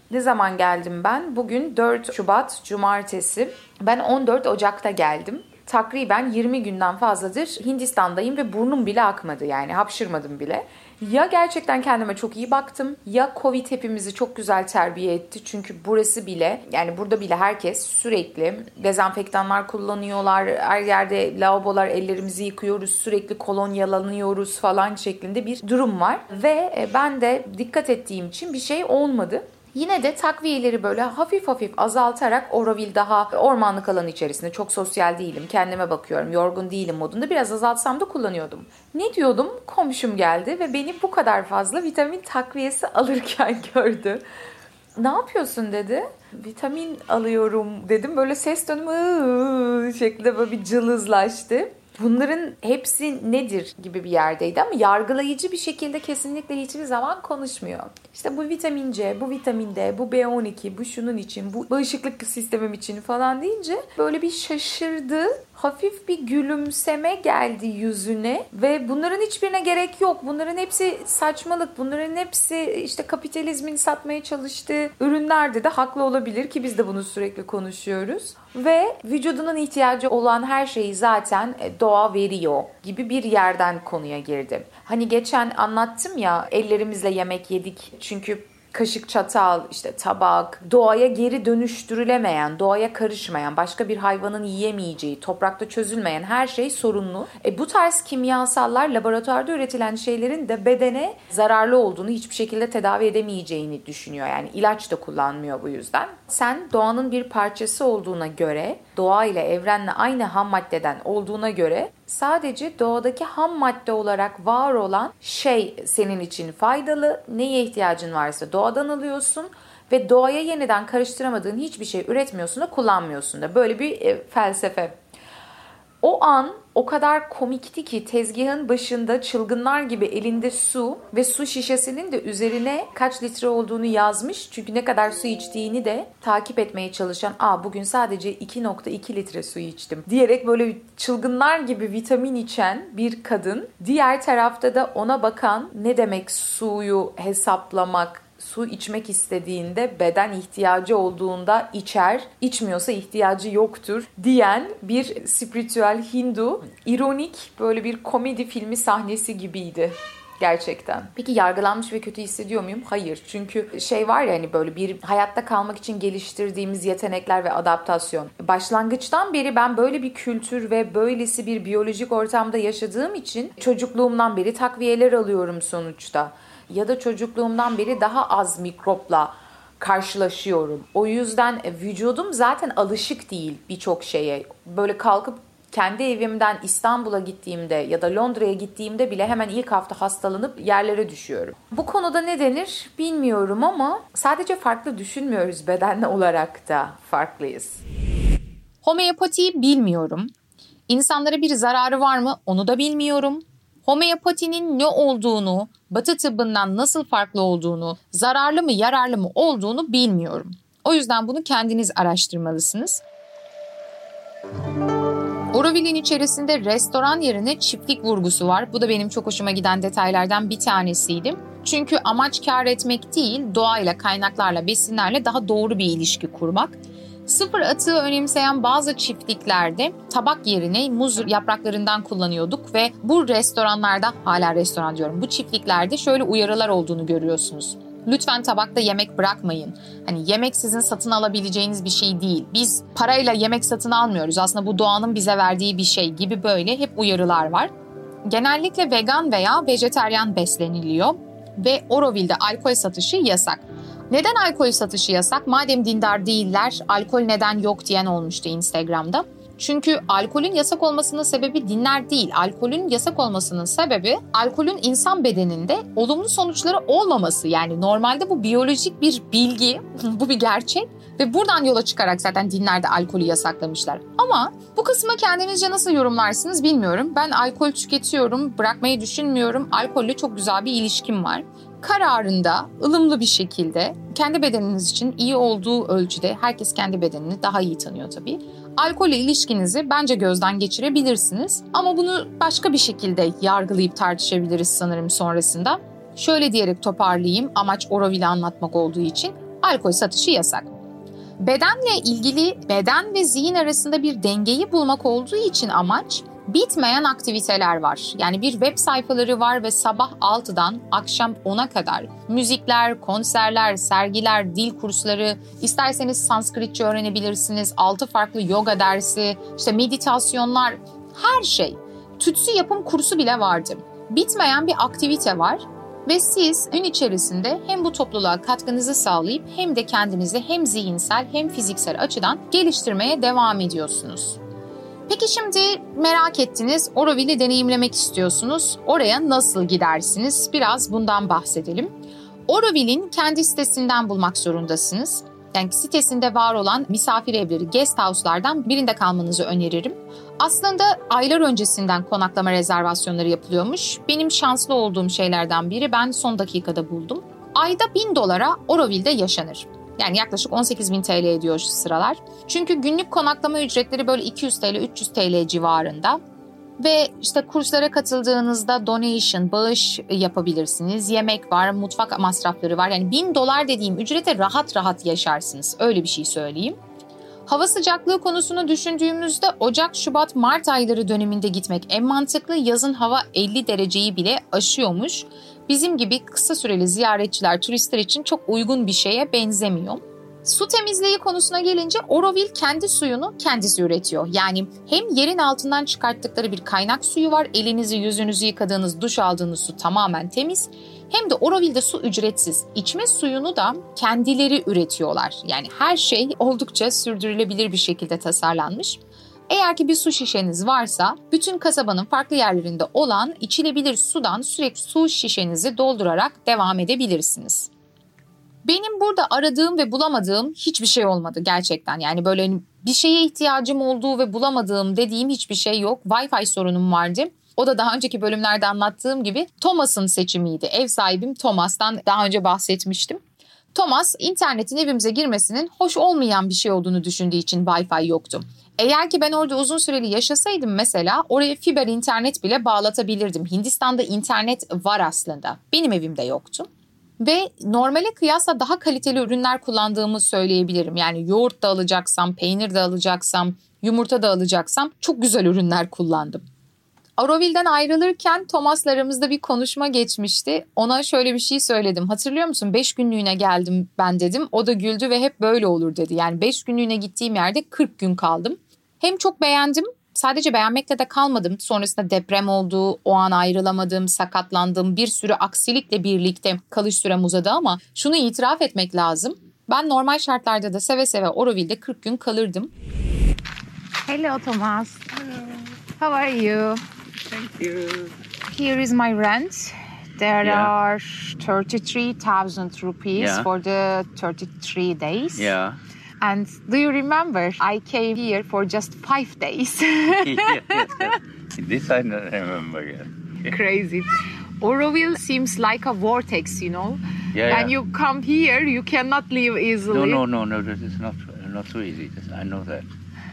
Ne zaman geldim ben? Bugün dört Şubat Cumartesi. Ben on dört Ocak'ta geldim. Takriben yirmi günden fazladır Hindistan'dayım ve burnum bile akmadı, yani hapşırmadım bile. Ya gerçekten kendime çok iyi baktım, ya Covid hepimizi çok güzel terbiye etti. Çünkü burası bile, yani burada bile herkes sürekli dezenfektanlar kullanıyorlar. Her yerde lavabolar, ellerimizi yıkıyoruz, sürekli kolonyalanıyoruz falan şeklinde bir durum var. Ve ben de dikkat ettiğim için bir şey olmadı. Yine de takviyeleri böyle hafif hafif azaltarak Oroville daha ormanlık alan içerisinde, çok sosyal değilim, kendime bakıyorum, yorgun değilim modunda biraz azaltsam da kullanıyordum. Ne diyordum? Komşum geldi ve beni bu kadar fazla vitamin takviyesi alırken gördü. Ne yapıyorsun dedi. Vitamin alıyorum dedim. Böyle ses tonum şeklinde böyle bir cılızlaştı. Bunların hepsi nedir gibi bir yerdeydi ama yargılayıcı bir şekilde kesinlikle hiçbir zaman konuşmuyor. İşte bu vitamin C, bu vitamin D, bu B on iki, bu şunun için, bu bağışıklık sistemim için falan deyince böyle bir şaşırdı. Hafif bir gülümseme geldi yüzüne ve bunların hiçbirine gerek yok. Bunların hepsi saçmalık. Bunların hepsi işte kapitalizmin satmaya çalıştığı ürünlerde de haklı olabilir ki biz de bunu sürekli konuşuyoruz. Ve vücudunun ihtiyacı olan her şeyi zaten doğa veriyor gibi bir yerden konuya girdim. Hani geçen anlattım ya, ellerimizle yemek yedik çünkü kaşık, çatal, işte tabak, doğaya geri dönüştürülemeyen, doğaya karışmayan, başka bir hayvanın yiyemeyeceği, toprakta çözülmeyen her şey sorunlu. E bu tarz kimyasallar, laboratuvarda üretilen şeylerin de bedene zararlı olduğunu, hiçbir şekilde tedavi edemeyeceğini düşünüyor. Yani ilaç da kullanmıyor bu yüzden. Sen doğanın bir parçası olduğuna göre, doğa ile, evrenle aynı ham maddeden olduğuna göre sadece doğadaki ham madde olarak var olan şey senin için faydalı. Neye ihtiyacın varsa doğadan alıyorsun ve doğaya yeniden karıştıramadığın hiçbir şey üretmiyorsun da kullanmıyorsun da. Böyle bir e, felsefe. O an o kadar komikti ki tezgahın başında çılgınlar gibi elinde su ve su şişesinin de üzerine kaç litre olduğunu yazmış. Çünkü ne kadar su içtiğini de takip etmeye çalışan, aa bugün sadece iki nokta iki litre su içtim diyerek böyle çılgınlar gibi vitamin içen bir kadın. Diğer tarafta da ona bakan, ne demek suyu hesaplamak, su içmek istediğinde beden ihtiyacı olduğunda içer, içmiyorsa ihtiyacı yoktur diyen bir spiritüel Hindu. İronik, böyle bir komedi filmi sahnesi gibiydi gerçekten. Peki yargılanmış ve kötü hissediyor muyum? Hayır. Çünkü şey var ya, hani böyle bir hayatta kalmak için geliştirdiğimiz yetenekler ve adaptasyon. Başlangıçtan beri ben böyle bir kültür ve böylesi bir biyolojik ortamda yaşadığım için çocukluğumdan beri takviyeler alıyorum sonuçta. Ya da çocukluğumdan beri daha az mikropla karşılaşıyorum. O yüzden vücudum zaten alışık değil birçok şeye. Böyle kalkıp kendi evimden İstanbul'a gittiğimde ya da Londra'ya gittiğimde bile hemen ilk hafta hastalanıp yerlere düşüyorum. Bu konuda ne denir bilmiyorum ama sadece farklı düşünmüyoruz, bedenli olarak da farklıyız. Homeopatiyi bilmiyorum. İnsanlara bir zararı var mı onu da bilmiyorum. Homeopatinin ne olduğunu, Batı tıbbından nasıl farklı olduğunu, zararlı mı yararlı mı olduğunu bilmiyorum. O yüzden bunu kendiniz araştırmalısınız. Oroville'in içerisinde restoran yerine çiftlik vurgusu var. Bu da benim çok hoşuma giden detaylardan bir tanesiydi. Çünkü amaç kâr etmek değil, doğayla, kaynaklarla, besinlerle daha doğru bir ilişki kurmak. Sıfır atığı önemseyen bazı çiftliklerde tabak yerine muz yapraklarından kullanıyorduk ve bu restoranlarda, hala restoran diyorum, bu çiftliklerde şöyle uyarılar olduğunu görüyorsunuz. Lütfen tabakta yemek bırakmayın. Hani yemek sizin satın alabileceğiniz bir şey değil. Biz parayla yemek satın almıyoruz. Aslında bu doğanın bize verdiği bir şey gibi böyle hep uyarılar var. Genellikle vegan veya vejeteryan besleniliyor ve Oroville'de alkol satışı yasak. Neden alkol satışı yasak? Madem dindar değiller, alkol neden yok diyen olmuştu Instagram'da. Çünkü alkolün yasak olmasının sebebi dinler değil. Alkolün yasak olmasının sebebi alkolün insan bedeninde olumlu sonuçları olmaması. Yani normalde bu biyolojik bir bilgi, bu bir gerçek. Ve buradan yola çıkarak zaten dinlerde alkolü yasaklamışlar. Ama bu kısmı kendinizce nasıl yorumlarsınız bilmiyorum. Ben alkol tüketiyorum, bırakmayı düşünmüyorum. Alkolle çok güzel bir ilişkim var. Kararında ılımlı bir şekilde kendi bedeniniz için iyi olduğu ölçüde, herkes kendi bedenini daha iyi tanıyor tabii. Alkolle ilişkinizi bence gözden geçirebilirsiniz. Ama bunu başka bir şekilde yargılayıp tartışabiliriz sanırım sonrasında. Şöyle diyerek toparlayayım, amaç Oroville'i anlatmak olduğu için. Alkol satışı yasak. Bedenle ilgili beden ve zihin arasında bir dengeyi bulmak olduğu için amaç bitmeyen aktiviteler var. Yani bir web sayfaları var ve sabah altıdan akşam ona kadar müzikler, konserler, sergiler, dil kursları, isterseniz Sanskritçe öğrenebilirsiniz, altı farklı yoga dersi, işte meditasyonlar, her şey. Tütsü yapım kursu bile vardı. Bitmeyen bir aktivite var. Ve siz gün içerisinde hem bu topluluğa katkınızı sağlayıp hem de kendinizi hem zihinsel hem fiziksel açıdan geliştirmeye devam ediyorsunuz. Peki şimdi merak ettiniz, Auroville'i deneyimlemek istiyorsunuz. Oraya nasıl gidersiniz? Biraz bundan bahsedelim. Auroville'in kendi sitesinden bulmak zorundasınız. Yani sitesinde var olan misafir evleri, guest house'lardan birinde kalmanızı öneririm. Aslında aylar öncesinden konaklama rezervasyonları yapılıyormuş. Benim şanslı olduğum şeylerden biri, ben son dakikada buldum. Ayda bin dolara Auroville'de yaşanır. Yani yaklaşık on sekiz bin T L ediyor şu sıralar. Çünkü günlük konaklama ücretleri böyle iki yüz T L, üç yüz T L civarında. Ve işte kurslara katıldığınızda donation, bağış yapabilirsiniz. Yemek var, mutfak masrafları var. Yani bin dolar dediğim ücrete rahat rahat yaşarsınız. Öyle bir şey söyleyeyim. Hava sıcaklığı konusunu düşündüğümüzde Ocak, Şubat, Mart ayları döneminde gitmek en mantıklı. Yazın hava elli dereceyi bile aşıyormuş. Bizim gibi kısa süreli ziyaretçiler, turistler için çok uygun bir şeye benzemiyor. Su temizliği konusuna gelince Auroville kendi suyunu kendisi üretiyor. Yani hem yerin altından çıkarttıkları bir kaynak suyu var, elinizi yüzünüzü yıkadığınız, duş aldığınız su tamamen temiz. Hem de Auroville'de su ücretsiz. İçme suyunu da kendileri üretiyorlar. Yani her şey oldukça sürdürülebilir bir şekilde tasarlanmış. Eğer ki bir su şişeniz varsa bütün kasabanın farklı yerlerinde olan içilebilir sudan sürekli su şişenizi doldurarak devam edebilirsiniz. Benim burada aradığım ve bulamadığım hiçbir şey olmadı gerçekten. Yani böyle bir şeye ihtiyacım olduğu ve bulamadığım dediğim hiçbir şey yok. Wi-Fi sorunum vardı. O da daha önceki bölümlerde anlattığım gibi Thomas'ın seçimiydi. Ev sahibim Thomas'tan daha önce bahsetmiştim. Thomas internetin evimize girmesinin hoş olmayan bir şey olduğunu düşündüğü için Wi-Fi yoktu. Eğer ki ben orada uzun süreli yaşasaydım mesela oraya fiber internet bile bağlatabilirdim. Hindistan'da internet var aslında. Benim evimde yoktu. Ve normale kıyasla daha kaliteli ürünler kullandığımı söyleyebilirim. Yani yoğurt da alacaksam, peynir de alacaksam, yumurta da alacaksam çok güzel ürünler kullandım. Auroville'den ayrılırken Thomas'la aramızda bir konuşma geçmişti. Ona şöyle bir şey söyledim. Hatırlıyor musun? Beş günlüğüne geldim ben dedim. O da güldü ve hep böyle olur dedi. Yani beş günlüğüne gittiğim yerde kırk gün kaldım. Hem çok beğendim. Sadece beğenmekle de kalmadım. Sonrasında deprem oldu, o an ayrılamadım, sakatlandım. Bir sürü aksilikle birlikte kalış sürem uzadı ama şunu itiraf etmek lazım. Ben normal şartlarda da seve seve Auroville'de kırk gün kalırdım. Hello Thomas. Hello. How are you? Thank you. Here is my rent. There Yeah. are thirty-three thousand rupees Yeah. for the thirty-three days. Yeah. And do you remember I came here for just five days? yes, yes, yes. This I don't remember yet. Crazy. Auroville seems like a vortex, you know. Yeah, When yeah. you come here, you cannot leave easily. No, no, no, no. This is not not so easy. I know that.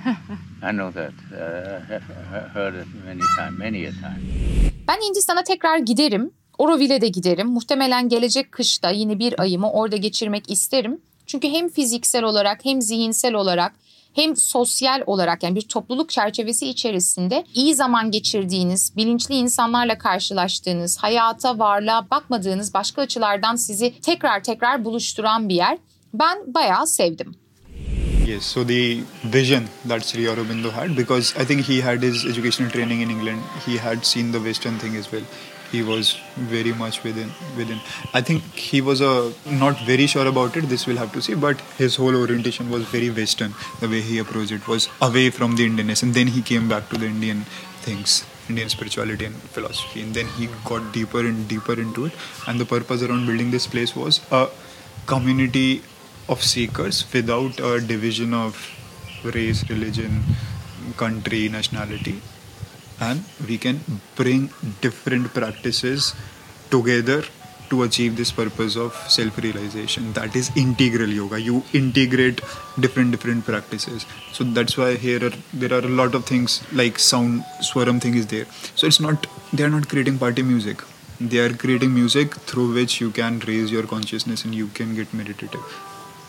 I know that. Uh, I've heard it many times, many a time. Ben Hindistan'a tekrar giderim. Auroville'e de giderim. Muhtemelen gelecek kışta yine bir ayımı orada geçirmek isterim. Çünkü hem fiziksel olarak hem zihinsel olarak hem sosyal olarak yani bir topluluk çerçevesi içerisinde iyi zaman geçirdiğiniz, bilinçli insanlarla karşılaştığınız, hayata, varlığa bakmadığınız başka açılardan sizi tekrar tekrar buluşturan bir yer. Ben bayağı sevdim. Yes, so the vision that Sri Aurobindo had, because I think he had his educational training in England, he had seen the Western thing as well. He was very much within within. I think he was a not very sure about it. This we'll have to see, but his whole orientation was very Western. The way he approached it was away from the Indianness, and then he came back to the Indian things, Indian spirituality and philosophy, and then he got deeper and deeper into it. And the purpose around building this place was a community of seekers without a division of race, religion, country, nationality. And we can bring different practices together to achieve this purpose of self-realization. That is integral yoga. You integrate different different practices. So that's why here are, there are a lot of things like sound, swaram thing is there. So it's not, they are not creating party music. They are creating music through which you can raise your consciousness and you can get meditative.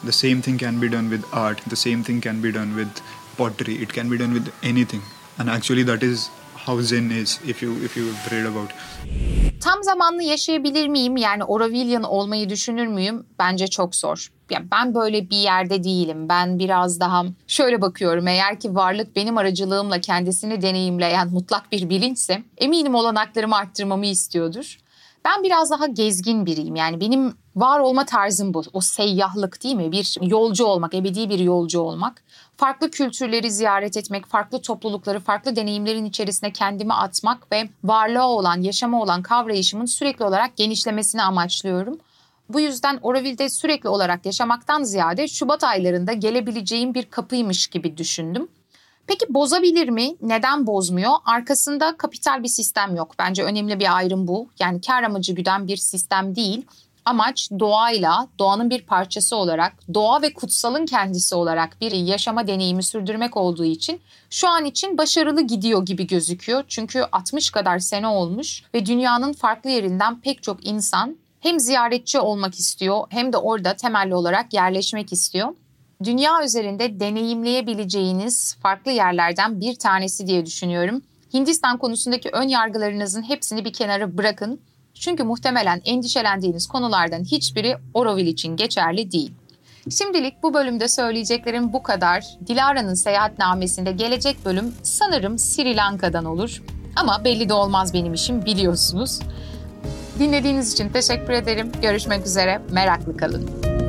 The same thing can be done with art. The same thing can be done with pottery. It can be done with anything. And actually that is how Zen is, if you if you read about. Tam zamanlı yaşayabilir miyim? Yani Aurovillian olmayı düşünür müyüm? Bence çok zor. Ya ben böyle bir yerde değilim. Ben biraz daha şöyle bakıyorum. Eğer ki varlık benim aracılığımla kendisini deneyimleyen mutlak bir bilinçse eminim olanaklarımı arttırmamı istiyordur. Ben biraz daha gezgin biriyim. Yani benim var olma tarzım bu. O seyyahlık değil mi? Bir yolcu olmak, ebedi bir yolcu olmak. Farklı kültürleri ziyaret etmek, farklı toplulukları, farklı deneyimlerin içerisine kendimi atmak ve varlığa olan, yaşama olan kavrayışımın sürekli olarak genişlemesini amaçlıyorum. Bu yüzden Auroville'de sürekli olarak yaşamaktan ziyade Şubat aylarında gelebileceğim bir kapıymış gibi düşündüm. Peki bozabilir mi? Neden bozmuyor? Arkasında kapital bir sistem yok. Bence önemli bir ayrım bu. Yani kar amacı güden bir sistem değil. Amaç doğayla, doğanın bir parçası olarak, doğa ve kutsalın kendisi olarak bir yaşama deneyimi sürdürmek olduğu için şu an için başarılı gidiyor gibi gözüküyor. Çünkü altmış kadar sene olmuş ve dünyanın farklı yerinden pek çok insan hem ziyaretçi olmak istiyor hem de orada temelli olarak yerleşmek istiyor. Dünya üzerinde deneyimleyebileceğiniz farklı yerlerden bir tanesi diye düşünüyorum. Hindistan konusundaki ön yargılarınızın hepsini bir kenara bırakın. Çünkü muhtemelen endişelendiğiniz konulardan hiçbiri Auroville için geçerli değil. Şimdilik bu bölümde söyleyeceklerim bu kadar. Dilara'nın seyahatnamesinde gelecek bölüm sanırım Sri Lanka'dan olur. Ama belli de olmaz benim işim, biliyorsunuz. Dinlediğiniz için teşekkür ederim. Görüşmek üzere. Meraklı kalın.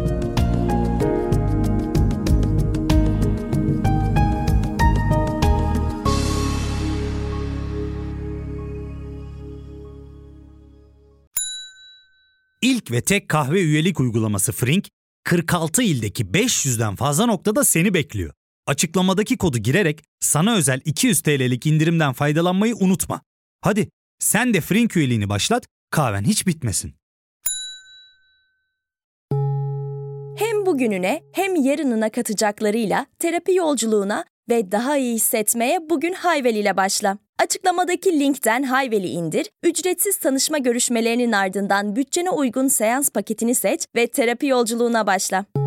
İlk ve tek kahve üyelik uygulaması Frink, kırk altı ildeki beş yüzden fazla noktada seni bekliyor. Açıklamadaki kodu girerek sana özel iki yüz TL'lik indirimden faydalanmayı unutma. Hadi sen de Frink üyeliğini başlat, kahven hiç bitmesin. Hem bugününe hem yarınına katacaklarıyla terapi yolculuğuna ve daha iyi hissetmeye bugün Hayvel ile başla. Açıklamadaki linkten Hayvel'i indir, ücretsiz tanışma görüşmelerinin ardından bütçene uygun seans paketini seç ve terapi yolculuğuna başla.